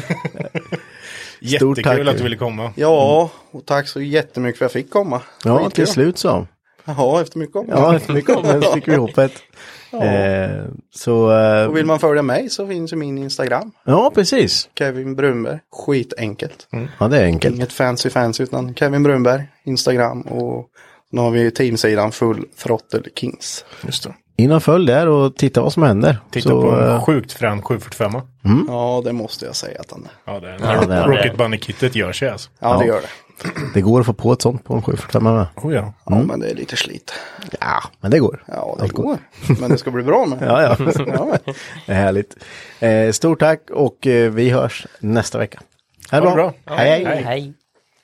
Jättekul att du ville komma. Ja, och tack så jättemycket för att jag fick komma. Ja, till slut så. Jaha, efter mycket om. Ja, efter mycket om det så fick vi ihop ett. Ja. Eh, så, eh, Och vill man följa mig så finns ju min Instagram. Ja, precis. Kevin Brunberg. Skitenkelt. Mm. Ja, det är enkelt. Inget fancy fancy utan Kevin Brunberg. Instagram. Och nu har vi teamsidan Full Throttle Kings. Just det. In och följ där och titta vad som händer. Titta så, på en eh, sjukt frän sju fyrtiofem. Mm. Ja, det måste jag säga att han är. Ja, det är Ja, det är Rocket Bunny-kittet gör sig alltså. Ja, det Ja. gör det. Det går att få på ett sånt på en sju fyrtiofem med. Oh, ja. Ja, men det är lite slit. Ja, men det går. Ja, det går. Men det ska bli bra med. Ja, ja. Ja. Det är härligt. Eh, stort tack och eh, vi hörs nästa vecka. Ha det Ha det bra. bra. Hej, hej. Hej. Hej.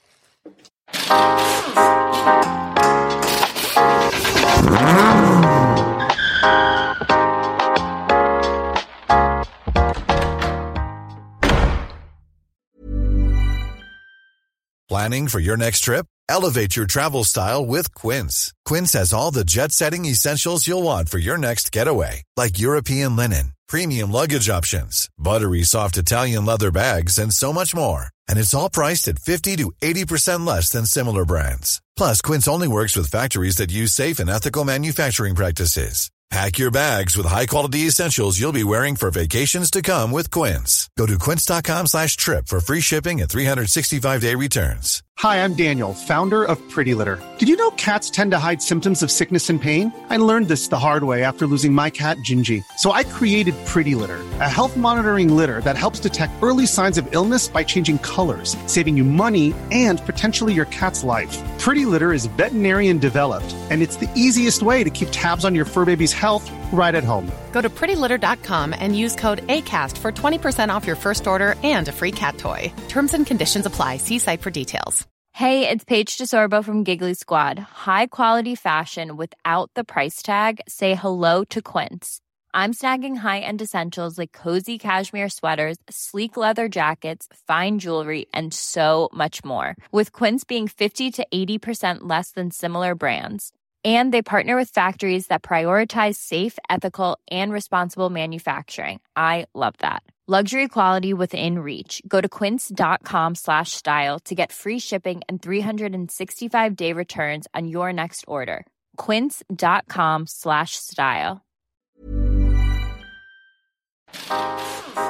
Planning for your next trip? Elevate your travel style with Quince. Quince has all the jet-setting essentials you'll want for your next getaway, like European linen, premium luggage options, buttery soft Italian leather bags, and so much more. And it's all priced at fifty to eighty percent less than similar brands. Plus, Quince only works with factories that use safe and ethical manufacturing practices. Pack your bags with high-quality essentials you'll be wearing for vacations to come with Quince. Go to quince.com slash trip for free shipping and three sixty-five day returns. Hi, I'm Daniel, founder of Pretty Litter. Did you know cats tend to hide symptoms of sickness and pain? I learned this the hard way after losing my cat, Gingy. So I created Pretty Litter, a health monitoring litter that helps detect early signs of illness by changing colors, saving you money and potentially your cat's life. Pretty Litter is veterinarian developed, and it's the easiest way to keep tabs on your fur baby's health right at home. Go to pretty litter dot com and use code ACAST for twenty percent off your first order and a free cat toy. Terms and conditions apply. See site for details. Hey, it's Paige DeSorbo from Giggly Squad. High quality fashion without the price tag. Say hello to Quince. I'm snagging high-end essentials like cozy cashmere sweaters, sleek leather jackets, fine jewelry, and so much more. With Quince being fifty to eighty percent less than similar brands. And they partner with factories that prioritize safe, ethical, and responsible manufacturing. I love that. Luxury quality within reach. Go to quince.com slash style to get free shipping and three sixty-five day returns on your next order. Quince.com slash style.